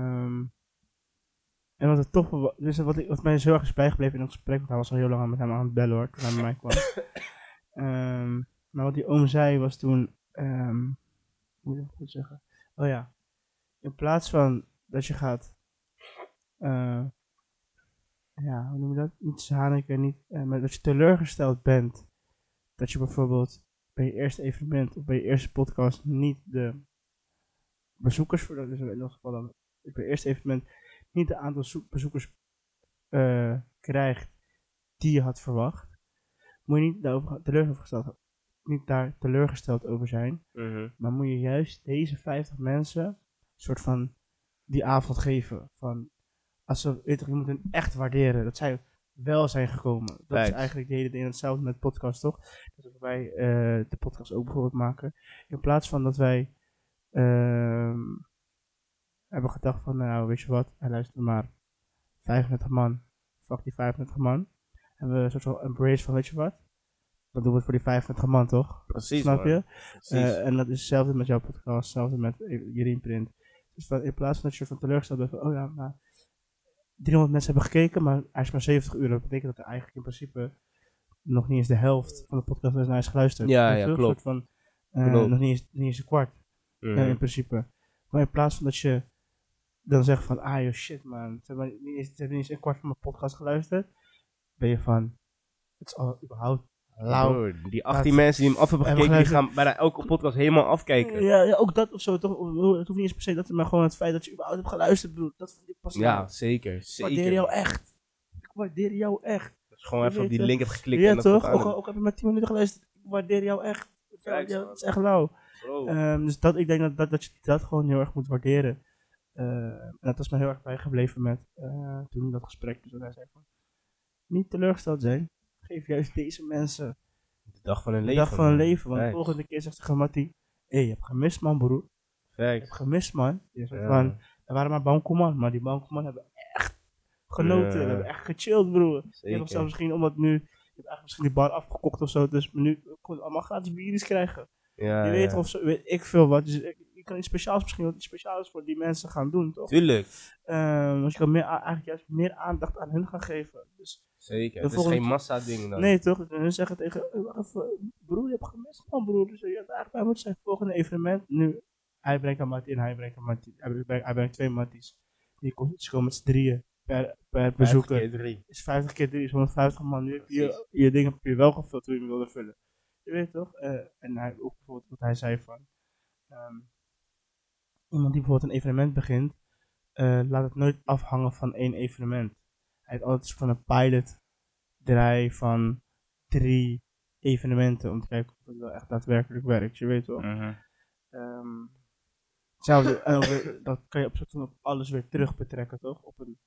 En wat het toch, dus wat mij zo erg is bijgebleven in het gesprek, want hij was al heel lang met hem aan het bellen hoor, toen hij bij mij kwam. Maar wat die oom zei was toen, hoe moet ik dat goed zeggen? Oh ja, in plaats van dat je gaat, ja, hoe noem je dat? Niet zaniken, niet, maar dat je teleurgesteld bent. Dat je bijvoorbeeld bij je eerste evenement of bij je eerste podcast niet de bezoekers, dus in dat geval dan bij je eerste evenement niet de aantal bezoekers krijgt die je had verwacht. Moet je niet daar teleurgesteld over zijn. Maar moet je juist deze 50 mensen een soort van die avond geven. Van, je moet hen echt waarderen. Dat zij wel zijn gekomen. Dat is eigenlijk de hele ding hetzelfde met podcast, toch? Dat wij de podcast ook bijvoorbeeld maken. In plaats van dat wij hebben gedacht van, nou weet je wat, hij luistert maar 35 man. Fuck die 35 man. En we een soort van embrace van, weet je wat, dan doen we het voor die 35 man, toch? Precies, snap je? En dat is hetzelfde met jouw podcast, hetzelfde met Jereen Print. Dus in plaats van dat je van teleurgesteld bent van, oh ja, maar 300 mensen hebben gekeken, maar hij is maar 70 uur. Dat betekent dat er eigenlijk in principe nog niet eens de helft van de podcast naar is geluisterd. Ja, klopt. Van, nog niet eens een kwart, in principe. Maar in plaats van dat je dan zegt van, joh, shit man, ze hebben niet eens een kwart van mijn podcast geluisterd, ben je van, het is al überhaupt lauw. Die 18 mensen die hem af hebben gekeken, die gaan bijna elke podcast helemaal afkijken. Ja, ook dat of zo. Toch, het hoeft niet eens per se dat, maar gewoon het feit dat je überhaupt hebt geluisterd, broer. Dat vond ik pas Ja, zeker. Ik waardeer jou echt. Ik waardeer jou echt. Dat is gewoon even op die link heb geklikt. Ja, en toch? Ook heb je maar 10 minuten geluisterd. Ik waardeer jou echt. Dat is echt lauw. Dus ik denk dat je dat gewoon heel erg moet waarderen. En dat is me heel erg bijgebleven met toen dat gesprek. Dus hij zei van, niet teleurgesteld zijn. Geef juist deze mensen de dag van hun leven. Want de volgende keer zegt ze gewoon Mattie, je hebt gemist man broer. Je hebt gemist man. Er waren maar bankoman, maar die bankoman hebben echt genoten. Hebben echt gechilled broer. Je hebt zelfs misschien omdat nu, je hebt eigenlijk misschien die bar afgekocht of zo. Dus nu kon je allemaal gratis biertjes krijgen. Je weet of zo, weet ik veel wat. Dus je kan iets speciaals misschien wat iets speciaals voor die mensen gaan doen, toch? Tuurlijk. Dus je kan eigenlijk juist meer aandacht aan hun gaan geven. Dus zeker, het is geen massa ding dan. Nee toch, hun zeggen tegen, broer je hebt gemist man broer. Dus je had eigenlijk bij moeten zijn volgende evenement. Nu, hij brengt een Mattie en hij brengt een Mattie. Hij brengt 2 Matties. Die komen met z'n 3 per bezoeker. 50 keer 3. Is 50 keer 3, is 150 man. Nu heb je dingen heb je wel gevuld hoe je hem wilde vullen. Je weet toch? En hij, ook bijvoorbeeld wat hij zei van, iemand die bijvoorbeeld een evenement begint, laat het nooit afhangen van 1 evenement. Hij heeft altijd van een pilot draai van 3 evenementen om te kijken of het wel echt daadwerkelijk werkt. Je weet toch? Dat kan je op alles weer terug betrekken, toch? Op een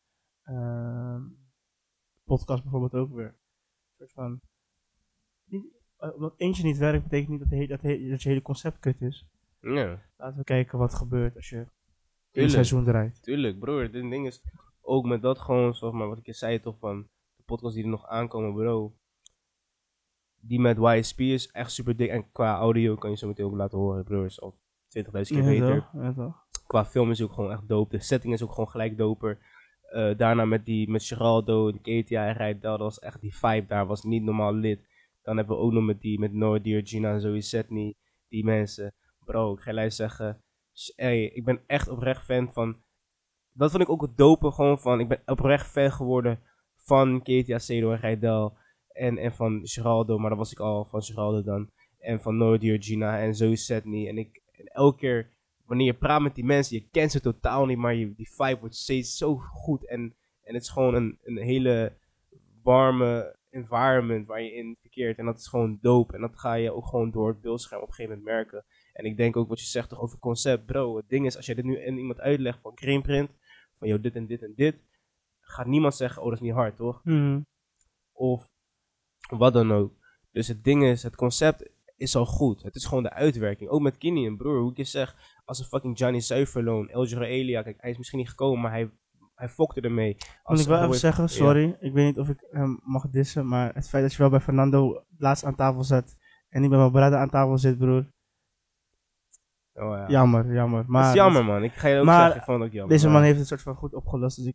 podcast bijvoorbeeld ook weer. Een soort van, omdat eentje niet werkt, betekent niet dat je hele concept kut is. Ja. Laten we kijken wat gebeurt als je een seizoen draait. Tuurlijk, broer. Dit ding is ook met dat gewoon, zoals maar wat ik je zei toch, van de podcast die er nog aankomen, bro. Die met YSP is echt super dik. En qua audio kan je zo meteen ook laten horen, broer. Is al 20.000 keer beter. Ja, toch. Qua film is ook gewoon echt dope. De setting is ook gewoon gelijk doper. Daarna met Geraldo, Ketia en Rijdel, dat was echt die vibe daar. Was niet normaal lit. Dan hebben we ook nog met Noordier, Gina en Zoe Setny. Die mensen. Bro, ik ga je zeggen. Ik ben echt oprecht fan van. Dat vond ik ook het dope gewoon van. Ik ben oprecht fan geworden van Ketia, Cedo en Rijdel. En van Geraldo, maar dat was ik al van Geraldo dan. En van Noordier, Gina en Zoe Setny. En elke keer, wanneer je praat met die mensen, je kent ze totaal niet, maar die vibe wordt steeds zo goed. En het is gewoon een hele warme environment waar je in verkeert. En dat is gewoon dope. En dat ga je ook gewoon door het beeldscherm op een gegeven moment merken. En ik denk ook wat je zegt toch over concept. Bro, het ding is, als je dit nu aan iemand uitlegt van Greenprint, van joh, dit en dit en dit, gaat niemand zeggen, oh, dat is niet hard, toch? Of wat dan ook. Dus het ding is, het concept is al goed. Het is gewoon de uitwerking. Ook met Kinian, broer, hoe ik je zeg, als een fucking Johnny Zuiverloon, El Elia, kijk, hij is misschien niet gekomen, maar hij fokte ermee. Moet ik wel even zeggen, sorry, ik weet niet of ik hem mag dissen, maar het feit dat je wel bij Fernando laatst aan tafel zat en niet bij mijn brother aan tafel zit, broer. Oh, ja. Jammer. Maar, dat is jammer, man. Ik ga je ook zeggen, ik vond het ook jammer. Deze man heeft het soort van goed opgelost, dus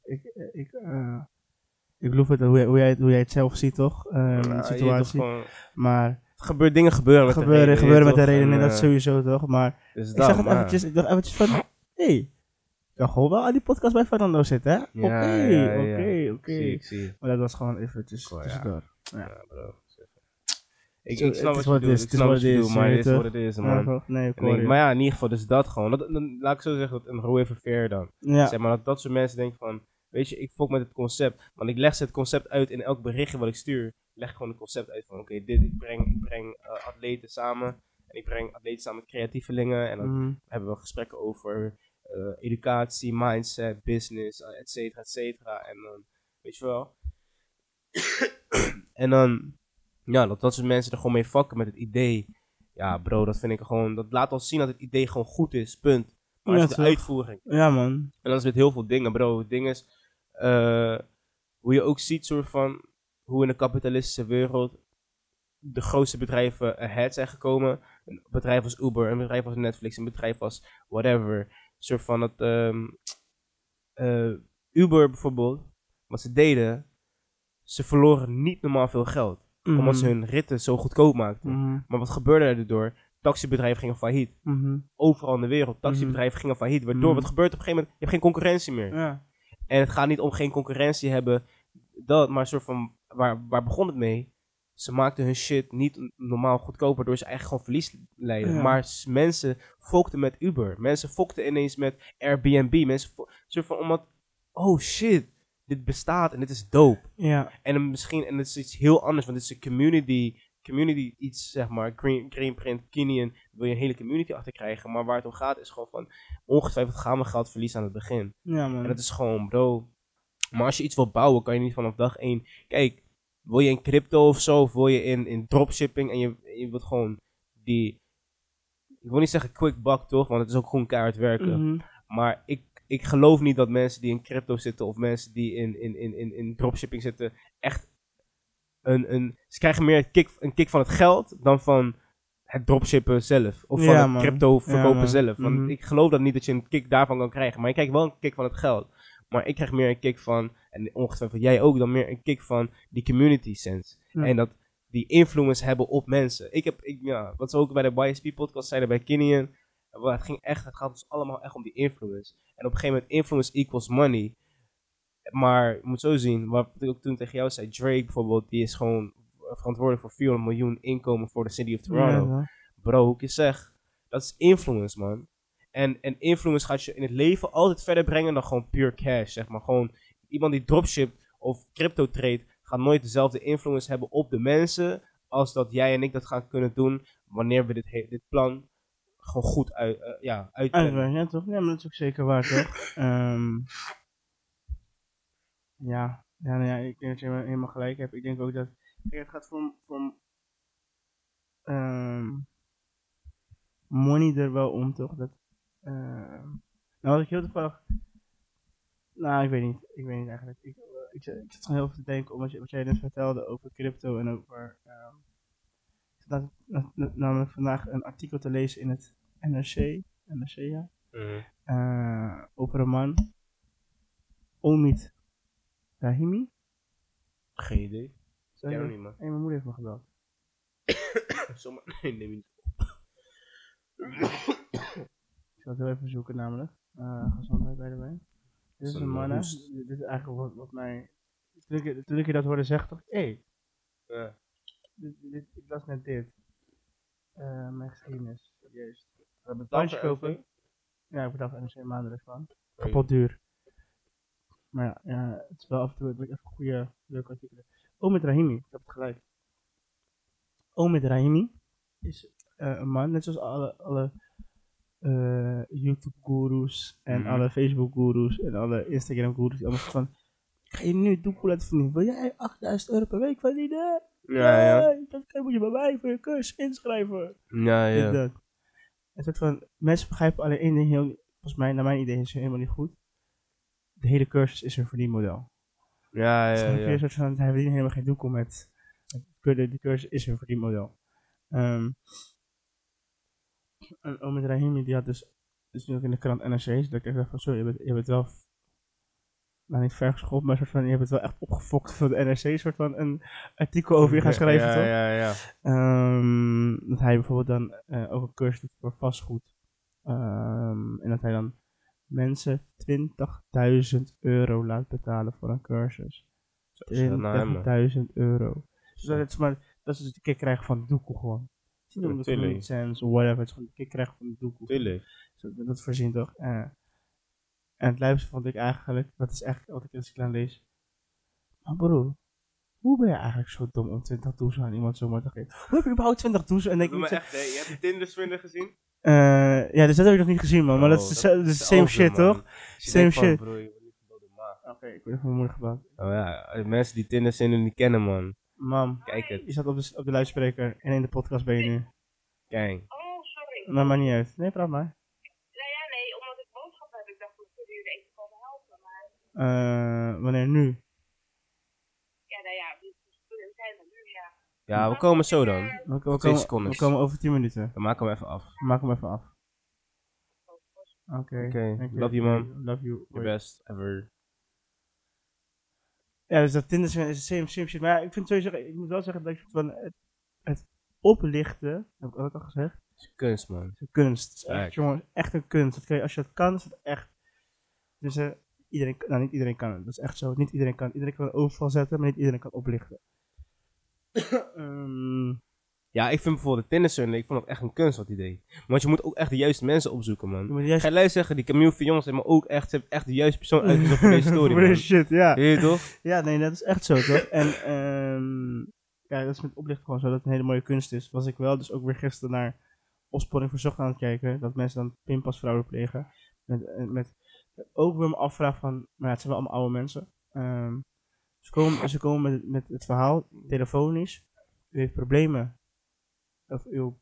ik geloof het hoe jij het zelf ziet, toch? De situatie. Gewoon, maar dingen gebeuren met de reden, nee, dat sowieso toch? Maar dus ik zeg het eventjes, ik dacht eventjes van, ik kan gewoon wel aan die podcast bij Fernando zitten, hè? Oké. Ik zie. Maar dat was gewoon eventjes tussendoor. Ja, bro. Ik snap wat je bedoelt, maar het is wat het is, man. Maar ja, in ieder geval, dus dat gewoon. Dan laat ik zo zeggen, dat een Roe Verveer dan. Ja. Zeg maar, dat soort mensen denken van, weet je, ik fok met het concept. Want ik leg ze het concept uit in elk berichtje wat ik stuur. Ik leg gewoon het concept uit van, oké, ik breng atleten samen. En ik breng atleten samen met creatievelingen. En dan hebben we gesprekken over educatie, mindset, business, et cetera. En dan, weet je wel. En dan, ja, dat soort mensen er gewoon mee fucken met het idee. Ja, bro, dat vind ik gewoon, dat laat al zien dat het idee gewoon goed is, punt. Maar het is de uitvoering. Ja, man. En dat is met heel veel dingen, bro. Het ding is, hoe je ook ziet, soort van, hoe in de kapitalistische wereld de grootste bedrijven ahead zijn gekomen. Een bedrijf als Uber, een bedrijf als Netflix, een bedrijf als whatever. Soort van dat, Uber bijvoorbeeld, wat ze deden, ze verloren niet normaal veel geld. Omdat ze hun ritten zo goedkoop maakten. Maar wat gebeurde er door? Taxibedrijven gingen failliet. Overal in de wereld. Taxibedrijven gingen failliet. Waardoor, wat gebeurt op een gegeven moment? Je hebt geen concurrentie meer. Ja. En het gaat niet om geen concurrentie hebben. Maar een soort van, waar begon het mee? ze maakten hun shit niet normaal goedkoper, waardoor ze eigenlijk gewoon verlies leiden. Ja. Maar mensen fokten met Uber. Mensen fokten ineens met Airbnb. Mensen soort van omdat, oh shit, dit bestaat en dit is dope. Ja. En misschien, en het is iets heel anders, want het is een community iets, zeg maar, Greenprint, Kinian, wil je een hele community achter krijgen. Maar waar het om gaat is gewoon van, ongetwijfeld gaan we geld verliezen aan het begin. Ja, man. En dat is gewoon, bro. Maar als je iets wil bouwen, kan je niet vanaf dag 1... Kijk, wil je in crypto of zo, of wil je in dropshipping en je wilt gewoon die... Ik wil niet zeggen quick buck, toch? Want het is ook gewoon keihard werken. Mm-hmm. Maar ik geloof niet dat mensen die in crypto zitten of mensen die in dropshipping zitten echt ze krijgen meer een kick van het geld dan van het dropshippen zelf. Of van het crypto verkopen zelf. Want ik geloof dat niet dat je een kick daarvan kan krijgen. Maar je krijgt wel een kick van het geld. Maar ik krijg meer een kick van, en ongetwijfeld jij ook, dan meer een kick van die community sense. Ja. En dat die influence hebben op mensen. Wat ze ook bij de YSP podcast zeiden bij Kinian. Het gaat ons allemaal echt om die influence. En op een gegeven moment, influence equals money. Maar je moet zo zien, wat ik ook toen tegen jou zei, Drake bijvoorbeeld, die is gewoon verantwoordelijk voor 400 miljoen inkomen voor de City of Toronto. Ja. Bro, hoe ik je zeg, dat is influence, man. En influence gaat je in het leven altijd verder brengen dan gewoon pure cash, zeg maar. Gewoon iemand die dropshipt of crypto trade gaat nooit dezelfde influence hebben op de mensen als dat jij en ik dat gaan kunnen doen wanneer we dit plan gewoon goed uitplannen. Ja, toch? Ja, maar dat is ook zeker waar, toch? Ik denk dat je helemaal gelijk hebt. Ik denk ook dat... Kijk, het gaat van money er wel om, toch? Dat, wat ik heel toevallig... Nou, ik weet niet eigenlijk. Ik zat gewoon heel veel te denken om wat jij net vertelde over crypto en over... ik zat namelijk vandaag een artikel te lezen in het NRC, ja. Over een man, Omid Rahimi. Geen idee. Ik ken hem niet, man. Mijn moeder heeft me gebeld. Nee, neem niet. Ik zal het heel even zoeken namelijk. Gezondheid bij de wijn. Dit is een man, hè. Dit is eigenlijk wat mij... Toen ik je dat hoorde zeggen, dacht ik, ik las net dit. Mijn geschiedenis. Juist. We hebben een thuis kopen. Ja, ik betaal NRC maandelijks van. Kapot duur. Maar ja, het is wel af en toe even goede, leuke artikelen. Omid Rahimi, ik heb het gelijk. Omid Rahimi is een man, net zoals alle YouTube-goeroes en alle Facebook-goeroes en alle Instagram-goeroes. Die allemaal van, ik ga je nu doekoe laten verdienen. Wil jij €8.000 per week verdienen? Ja. Dan moet je bij mij voor je cursus inschrijven. Ja. Een soort van, mensen begrijpen alleen één ding heel, volgens mij, naar mijn idee is het helemaal niet goed. De hele cursus is een verdienmodel. Ja. Een soort van, hij verdient helemaal geen doekoe met, de cursus is een verdienmodel. En Omid Rahimi, die had dus nu ook in de krant NRC, dat ik dacht van, sorry, je bent wel, nou niet vergeschopt, maar soort van, je hebt het wel echt opgefokt voor de NRC, soort van een artikel over je gaan schrijven, toch? Ja. Dat hij bijvoorbeeld dan ook een cursus doet voor vastgoed. En dat hij dan mensen €20.000 laat betalen voor een cursus. €20.000. Dus dat is dus de kick krijgen van de doekoe gewoon. Niet om de sense of whatever, het is gewoon de kick krijgen van de doekoe. Dat voorzien toch. En het lijpste vond ik eigenlijk, dat is echt wat ik als ik aan lees. Maar broer, hoe ben je eigenlijk zo dom om 20.000 aan iemand zomaar te geven? Hoe heb je überhaupt 20.000? En denk ik, je hebt de Tinder-swindler gezien? Ja, dus dat heb ik nog niet gezien, man. Maar dat is de same shit, man. Toch? Same shit. Oké, ik word even mijn moeder gebeld. Oh ja, mensen die Tinder-swindler niet kennen, man. Mam, kijk het. Je zat op de luidspreker en in de podcast ben je nu. Kijk. Oh, sorry. Maar maakt niet uit. Nee, praat maar. Nee, omdat ik boodschap heb. Ik dacht, dat kunnen jullie even komen helpen, maar... Wanneer nu? We zijn er nu, ja. Ja, we komen zo dan. We komen over 10 minuten. Dan maken we even af. Oké. Love you, man. Love you. The best ever. Ja, dus dat Tinder is same shit. Maar ja, ik vind sowieso, ik moet wel zeggen dat ik van het oplichten, heb ik ook al gezegd. Het is kunst, man. Het is een kunst. Het is echt, jongen, echt een kunst. Als je dat kan, is het echt. Dus niet iedereen kan het. Dat is echt zo. Niet iedereen kan. Iedereen kan een overval zetten, maar niet iedereen kan oplichten. Ja, ik vind bijvoorbeeld de tennisser, ik vond het echt een kunst wat hij deed. Want je moet ook echt de juiste mensen opzoeken, man. Ga je luisteren zeggen, die Camille Fillon heeft maar ook echt, ze heeft echt de juiste persoon uitgezocht voor deze story, voor deze shit, ja. Weet je toch? Ja, nee, dat is echt zo, toch? En ja, dat is met oplichten gewoon zo, dat het een hele mooie kunst is. Was ik wel dus ook weer gisteren naar Opsporing Verzocht aan het kijken, dat mensen dan pinpasfraude plegen. Met ook weer me afvraag van, maar ja, het zijn wel allemaal oude mensen. Ze komen met het verhaal, telefonisch, u heeft problemen. Of uw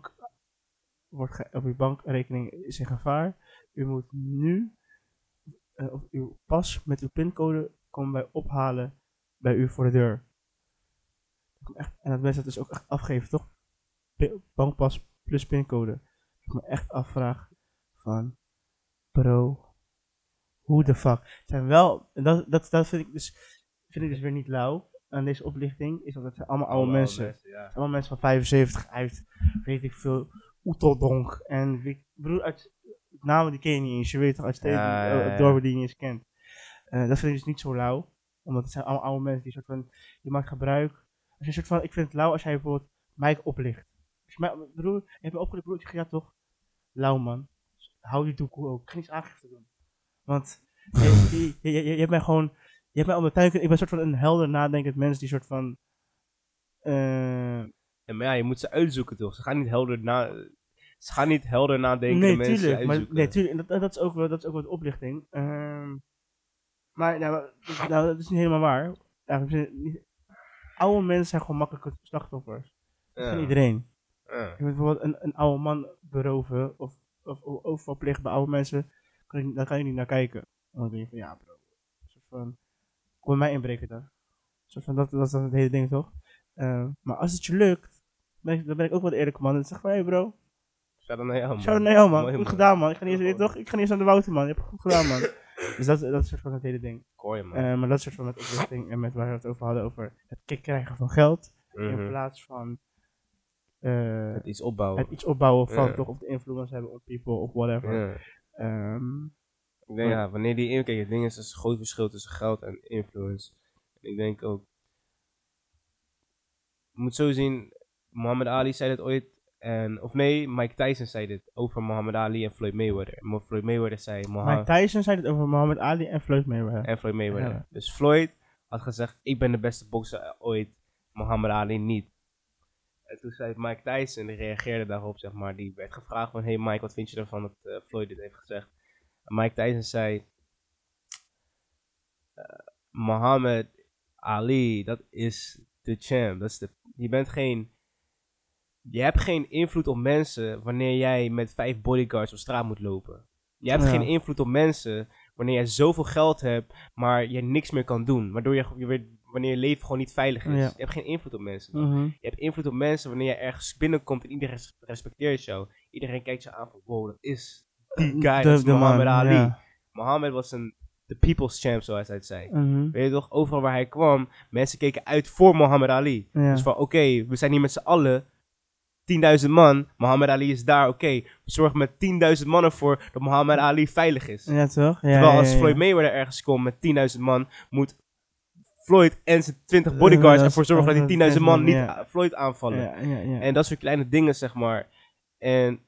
bankrekening is in gevaar. U moet nu of uw pas met uw pincode komen wij ophalen bij u voor de deur. En dat mensen dat dus ook echt afgeven, toch? Bankpas plus pincode. Ik me echt afvraag van, bro, hoe de fuck? Het zijn wel, dat vind ik dus weer niet lauw aan deze oplichting, is dat het zijn allemaal oude mensen. Ja. Allemaal mensen van 75 uit, weet ik veel, Oeteldonk. En broer, uit namen die ken je niet eens, je weet toch, uit steden, dorpen die je niet eens kent. Dat vind ik dus niet zo lauw, omdat het zijn allemaal oude mensen die soort van, je maakt gebruik. Als je soort van, ik vind het lauw als jij bijvoorbeeld Mike oplicht. Als je mij, broer, je hebt me opgelicht, broer, ik zeg ja toch, lauw man, hou die doekoe ook, ik ga niets aangifte doen. Want je hebt mij gewoon, je hebt mij om de tuin, ik ben een soort van een helder nadenkend mens die soort van... Ja, maar ja, je moet ze uitzoeken toch? Ze gaan niet helder nadenken, nee, de mensen tuurlijk, uitzoeken. Nee, tuurlijk, dat is ook wat oplichting. Maar dat is niet helemaal waar. Oude mensen zijn gewoon makkelijke slachtoffers. Dat is van iedereen. Je moet bijvoorbeeld een oude man beroven of overval plegen bij oude mensen, daar kan je niet naar kijken. Dan denk je van, ja bro, een soort van, kom bij mij inbreken dan. Soort van, dat is dan het hele ding toch? Maar als het je lukt, dan ben ik ook wat eerlijke man. En dan zeg ik van, hey bro. Shout-out naar jou, man. Shout-out naar jou, man. Mooi, goed man. gedaan, man. Ik ga niet eens aan de Wouter, man. Je hebt het goed gedaan, man. Dus dat is soort van het hele ding. Kooi, man. Maar dat is soort van met oplichting en met waar we het over hadden, over het kick krijgen van geld. In plaats van het iets opbouwen van toch, of de influence hebben op people of whatever. Ik denk, wanneer die kijk, het ding is, er is een groot verschil tussen geld en influence. En ik denk ook, je moet zo zien, Muhammad Ali zei dit ooit, Mike Tyson zei dit over Muhammad Ali en Floyd Mayweather. Maar Floyd Mayweather zei... Mike Tyson zei dit over Muhammad Ali en Floyd Mayweather. Ja. Dus Floyd had gezegd, ik ben de beste bokser ooit, Muhammad Ali niet. En toen zei Mike Tyson, die reageerde daarop, zeg maar, die werd gevraagd van, hey Mike, wat vind je ervan dat Floyd dit heeft gezegd? En Mike Tyson zei, Muhammad Ali, dat is de champ. Je hebt geen invloed op mensen wanneer jij met 5 bodyguards op straat moet lopen. Je hebt geen invloed op mensen wanneer jij zoveel geld hebt, maar je niks meer kan doen. Waardoor wanneer je leven gewoon niet veilig is. Je hebt geen invloed op mensen. Je hebt invloed op mensen wanneer je ergens binnenkomt en iedereen respecteert jou. Iedereen kijkt je aan van, wow, dat is die guy, dat is Muhammad Ali. Ja. Muhammad was de people's champ, zoals hij het zei. Weet je toch, overal waar hij kwam, mensen keken uit voor Muhammad Ali. Ja. Dus van, oké, we zijn hier met z'n allen, 10.000 man, Muhammad Ali is daar, oké. We zorgen met 10.000 man ervoor dat Muhammad Ali veilig is. Ja, toch? Ja, terwijl als Floyd Mayweather ergens komt met 10.000 man, moet Floyd en zijn 20 bodyguards ervoor zorgen dat die 10.000 man niet Floyd aanvallen. Ja. En dat soort kleine dingen, zeg maar. En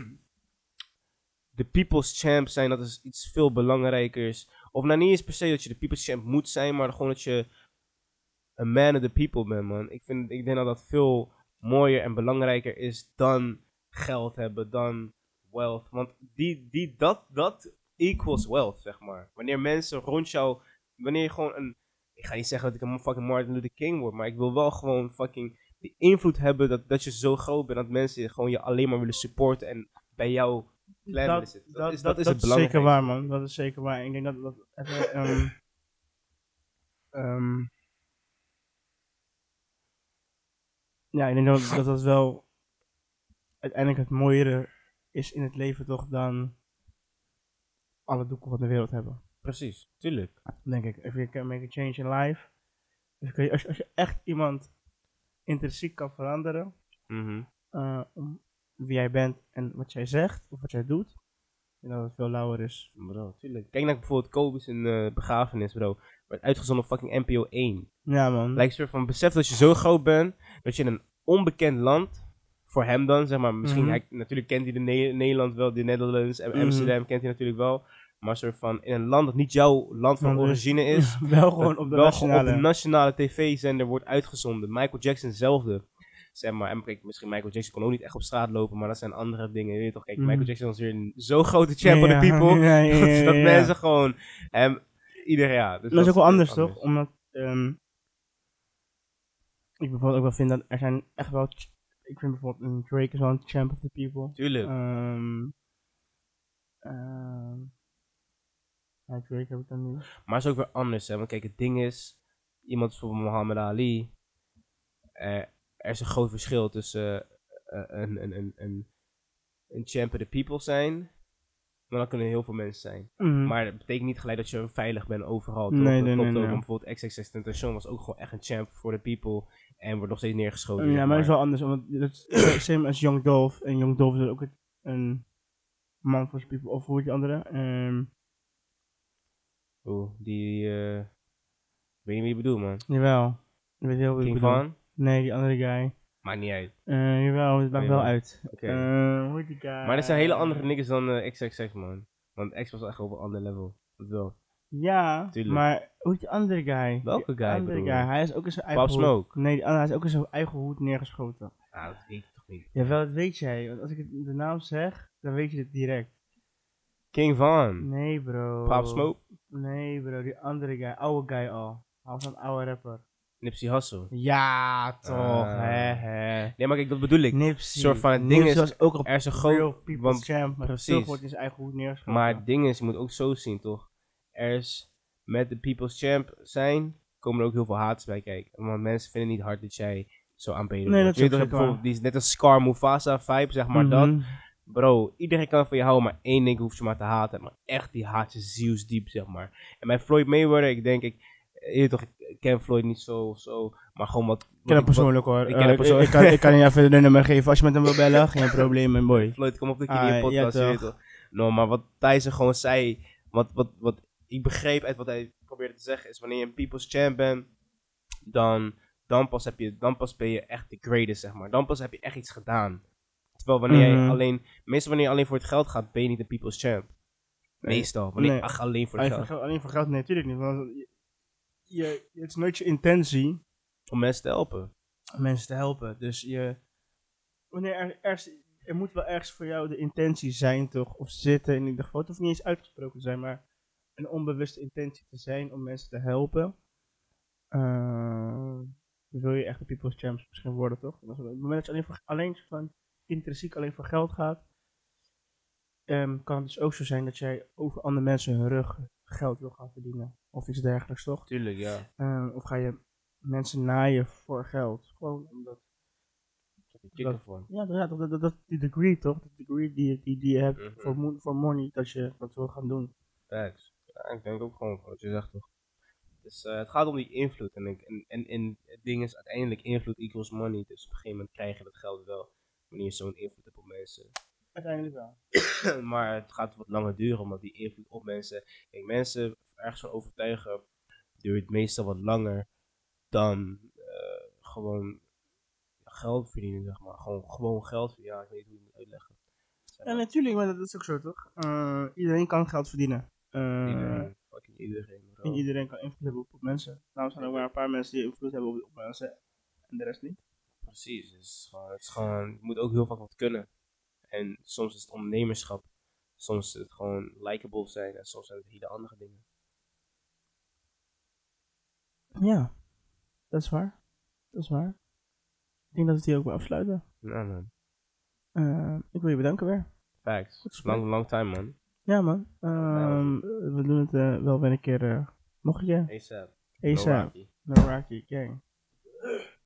de people's champ zijn, dat is iets veel belangrijkers. Of nou niet eens per se dat je de people's champ moet zijn, maar gewoon dat je een man of the people bent, man. Ik denk dat dat veel mooier en belangrijker is dan geld hebben, dan wealth. Want dat equals wealth, zeg maar. Wanneer mensen rond jou, wanneer je gewoon ik ga niet zeggen dat ik een fucking Martin Luther King word, maar ik wil wel gewoon fucking die invloed hebben dat je zo groot bent, dat mensen gewoon je alleen maar willen supporten en bij jou klein willen zitten. Dat is het belangrijkste. Dat is zeker waar, man. Dat is zeker waar. Ik denk dat ja, ik denk dat wel uiteindelijk het mooiere is in het leven toch dan alle doeken van de wereld hebben. Precies, tuurlijk. Denk ik. If you can make a change in life. Dus als je echt iemand intrinsiek kan veranderen, om wie jij bent en wat jij zegt of wat jij doet, en dat het veel lauwer is. Bro, tuurlijk. Kijk naar bijvoorbeeld Kobe's in begrafenis, bro. werd uitgezonden op fucking NPO 1. Ja, man. Lijkt een soort van besef dat je zo groot bent, dat je in een onbekend land, voor hem dan, zeg maar, misschien, natuurlijk kent hij Nederland wel, de Netherlands en Amsterdam kent hij natuurlijk wel, maar een soort van, in een land dat niet jouw land van origine is, wel gewoon op de nationale tv-zender wordt uitgezonden. Michael Jackson zelfde. Zeg maar, en kijk, misschien Michael Jackson kon ook niet echt op straat lopen, maar dat zijn andere dingen, weet je toch? Kijk, Michael Jackson was weer een zo grote champ of the people, dat mensen gewoon hem, iedereen, dus dat is ook wel anders, toch? Omdat, ik bijvoorbeeld ook wel vind dat er zijn echt wel, ik vind bijvoorbeeld een Drake is wel een champ of the people. Tuurlijk. Ja, Drake heb ik dan nu. Maar het is ook weer anders, hè, want kijk, het ding is, iemand is bijvoorbeeld Muhammad Ali, er is een groot verschil tussen een champ of the people zijn, maar dan kunnen heel veel mensen zijn. Maar dat betekent niet gelijk dat je veilig bent overal. Nee. Bijvoorbeeld XXXTentacion was ook gewoon echt een champ for the people en wordt nog steeds neergeschoten. Ja, maar dat is wel anders, want dat is same als Young Dolph. En Young Dolph is ook een man for the people, of hoe heet die andere? Ik weet niet wie je bedoelt, man. Jawel, ik weet heel goed King Von? Nee, die andere guy. Maakt niet uit. Jawel, het maakt wel uit. Okay. Hoe heet die guy? Maar dat zijn hele andere niggas dan XXX, man. Want X was echt op een ander level. Dat wel. Ja, tuurlijk. Maar hoe heet die andere guy? Welke guy? Andere guy. Hij is ook in zijn eigen Pop Smoke? Nee, hij is ook in zijn eigen hoed neergeschoten. Ah, dat weet je toch niet? Jawel, dat weet jij. Want als ik de naam zeg, dan weet je het direct. King Von? Nee, bro. Pop Smoke? Nee, bro. Die andere guy. Oude guy al. Hij was een oude rapper. Nipsey Hussle? Ja, toch. Nee, maar kijk, dat bedoel ik. Nipsey. Soort van het ding is, was ook op er is een groot people's champ, maar precies. toch wordt in zijn eigen hoed neergeschoten. Maar het ding is, je moet ook zo zien, toch? Er is, met de people's champ zijn, komen er ook heel veel haters bij kijken. Want mensen vinden niet hard dat jij zo aanbeden wordt. Nee, dat is ook bijvoorbeeld, die is net een Scar Mufasa vibe, zeg maar dat. Bro, iedereen kan van je houden, maar één ding hoeft je maar te haten. Maar echt, die haat je zielsdiep, zeg maar. En bij Floyd Mayweather, ik ken Floyd niet zo, maar gewoon wat... Ik ken hem persoonlijk, hoor. Ik kan je even de nummer geven als je met hem wil bellen. Geen probleem, mijn boy. Floyd, kom op de keer in je podcast, je weet toch. No, maar wat Tyson gewoon zei, wat ik begreep uit wat hij probeerde te zeggen, is wanneer je een people's champ bent, dan pas ben je echt de greatest, zeg maar. Dan pas heb je echt iets gedaan. Terwijl wanneer je alleen voor het geld gaat, ben je niet een people's champ. Nee. Meestal. Alleen voor het geld. Alleen voor geld? Nee, natuurlijk niet. Want het is nooit je intentie om mensen te helpen. Dus wanneer er moet wel ergens voor jou de intentie zijn, toch? Of zitten in ieder geval. Het hoeft niet eens uitgesproken te zijn, maar een onbewuste intentie te zijn om mensen te helpen. Wil je echt de people's champs misschien worden, toch? Op het moment dat je alleen van intrinsiek alleen voor geld gaat, kan het dus ook zo zijn dat jij over andere mensen hun rug geld wil gaan verdienen. Of iets dergelijks, toch? Tuurlijk, ja. Of ga je mensen naaien voor geld. Gewoon omdat... Die degree, toch? De degree die je hebt voor money, dat je dat wil gaan doen. Thanks. Ja, ik denk ook gewoon wat je zegt, toch? Dus het gaat om die invloed. En het ding is uiteindelijk invloed equals money. Dus op een gegeven moment krijg je dat geld wel. Wanneer je zo'n invloed hebt op mensen. Uiteindelijk wel. Maar het gaat wat langer duren, omdat die invloed op mensen... Kijk, mensen ergens van overtuigen duurt meestal wat langer dan gewoon geld verdienen, zeg maar. Gewoon geld verdienen. Ja, ik weet niet hoe je het moet uitleggen. Ja, natuurlijk, maar dat is ook zo, toch? Iedereen kan geld verdienen. Iedereen. En iedereen kan invloed hebben op mensen. Nou, er zijn ook maar een paar mensen die invloed hebben op mensen. En de rest niet. Precies. Je moet ook heel vaak wat kunnen. En soms is het ondernemerschap. Soms is het gewoon likable zijn. En soms zijn het hele andere dingen. Ja. Dat is waar. Ik denk dat we het hier ook weer afsluiten. Ja, man. Ik wil je bedanken weer. Facts. Long time, man. Ja, man. We doen het wel weer een keer. Nog een keer. ASAP. Noraki. Gang.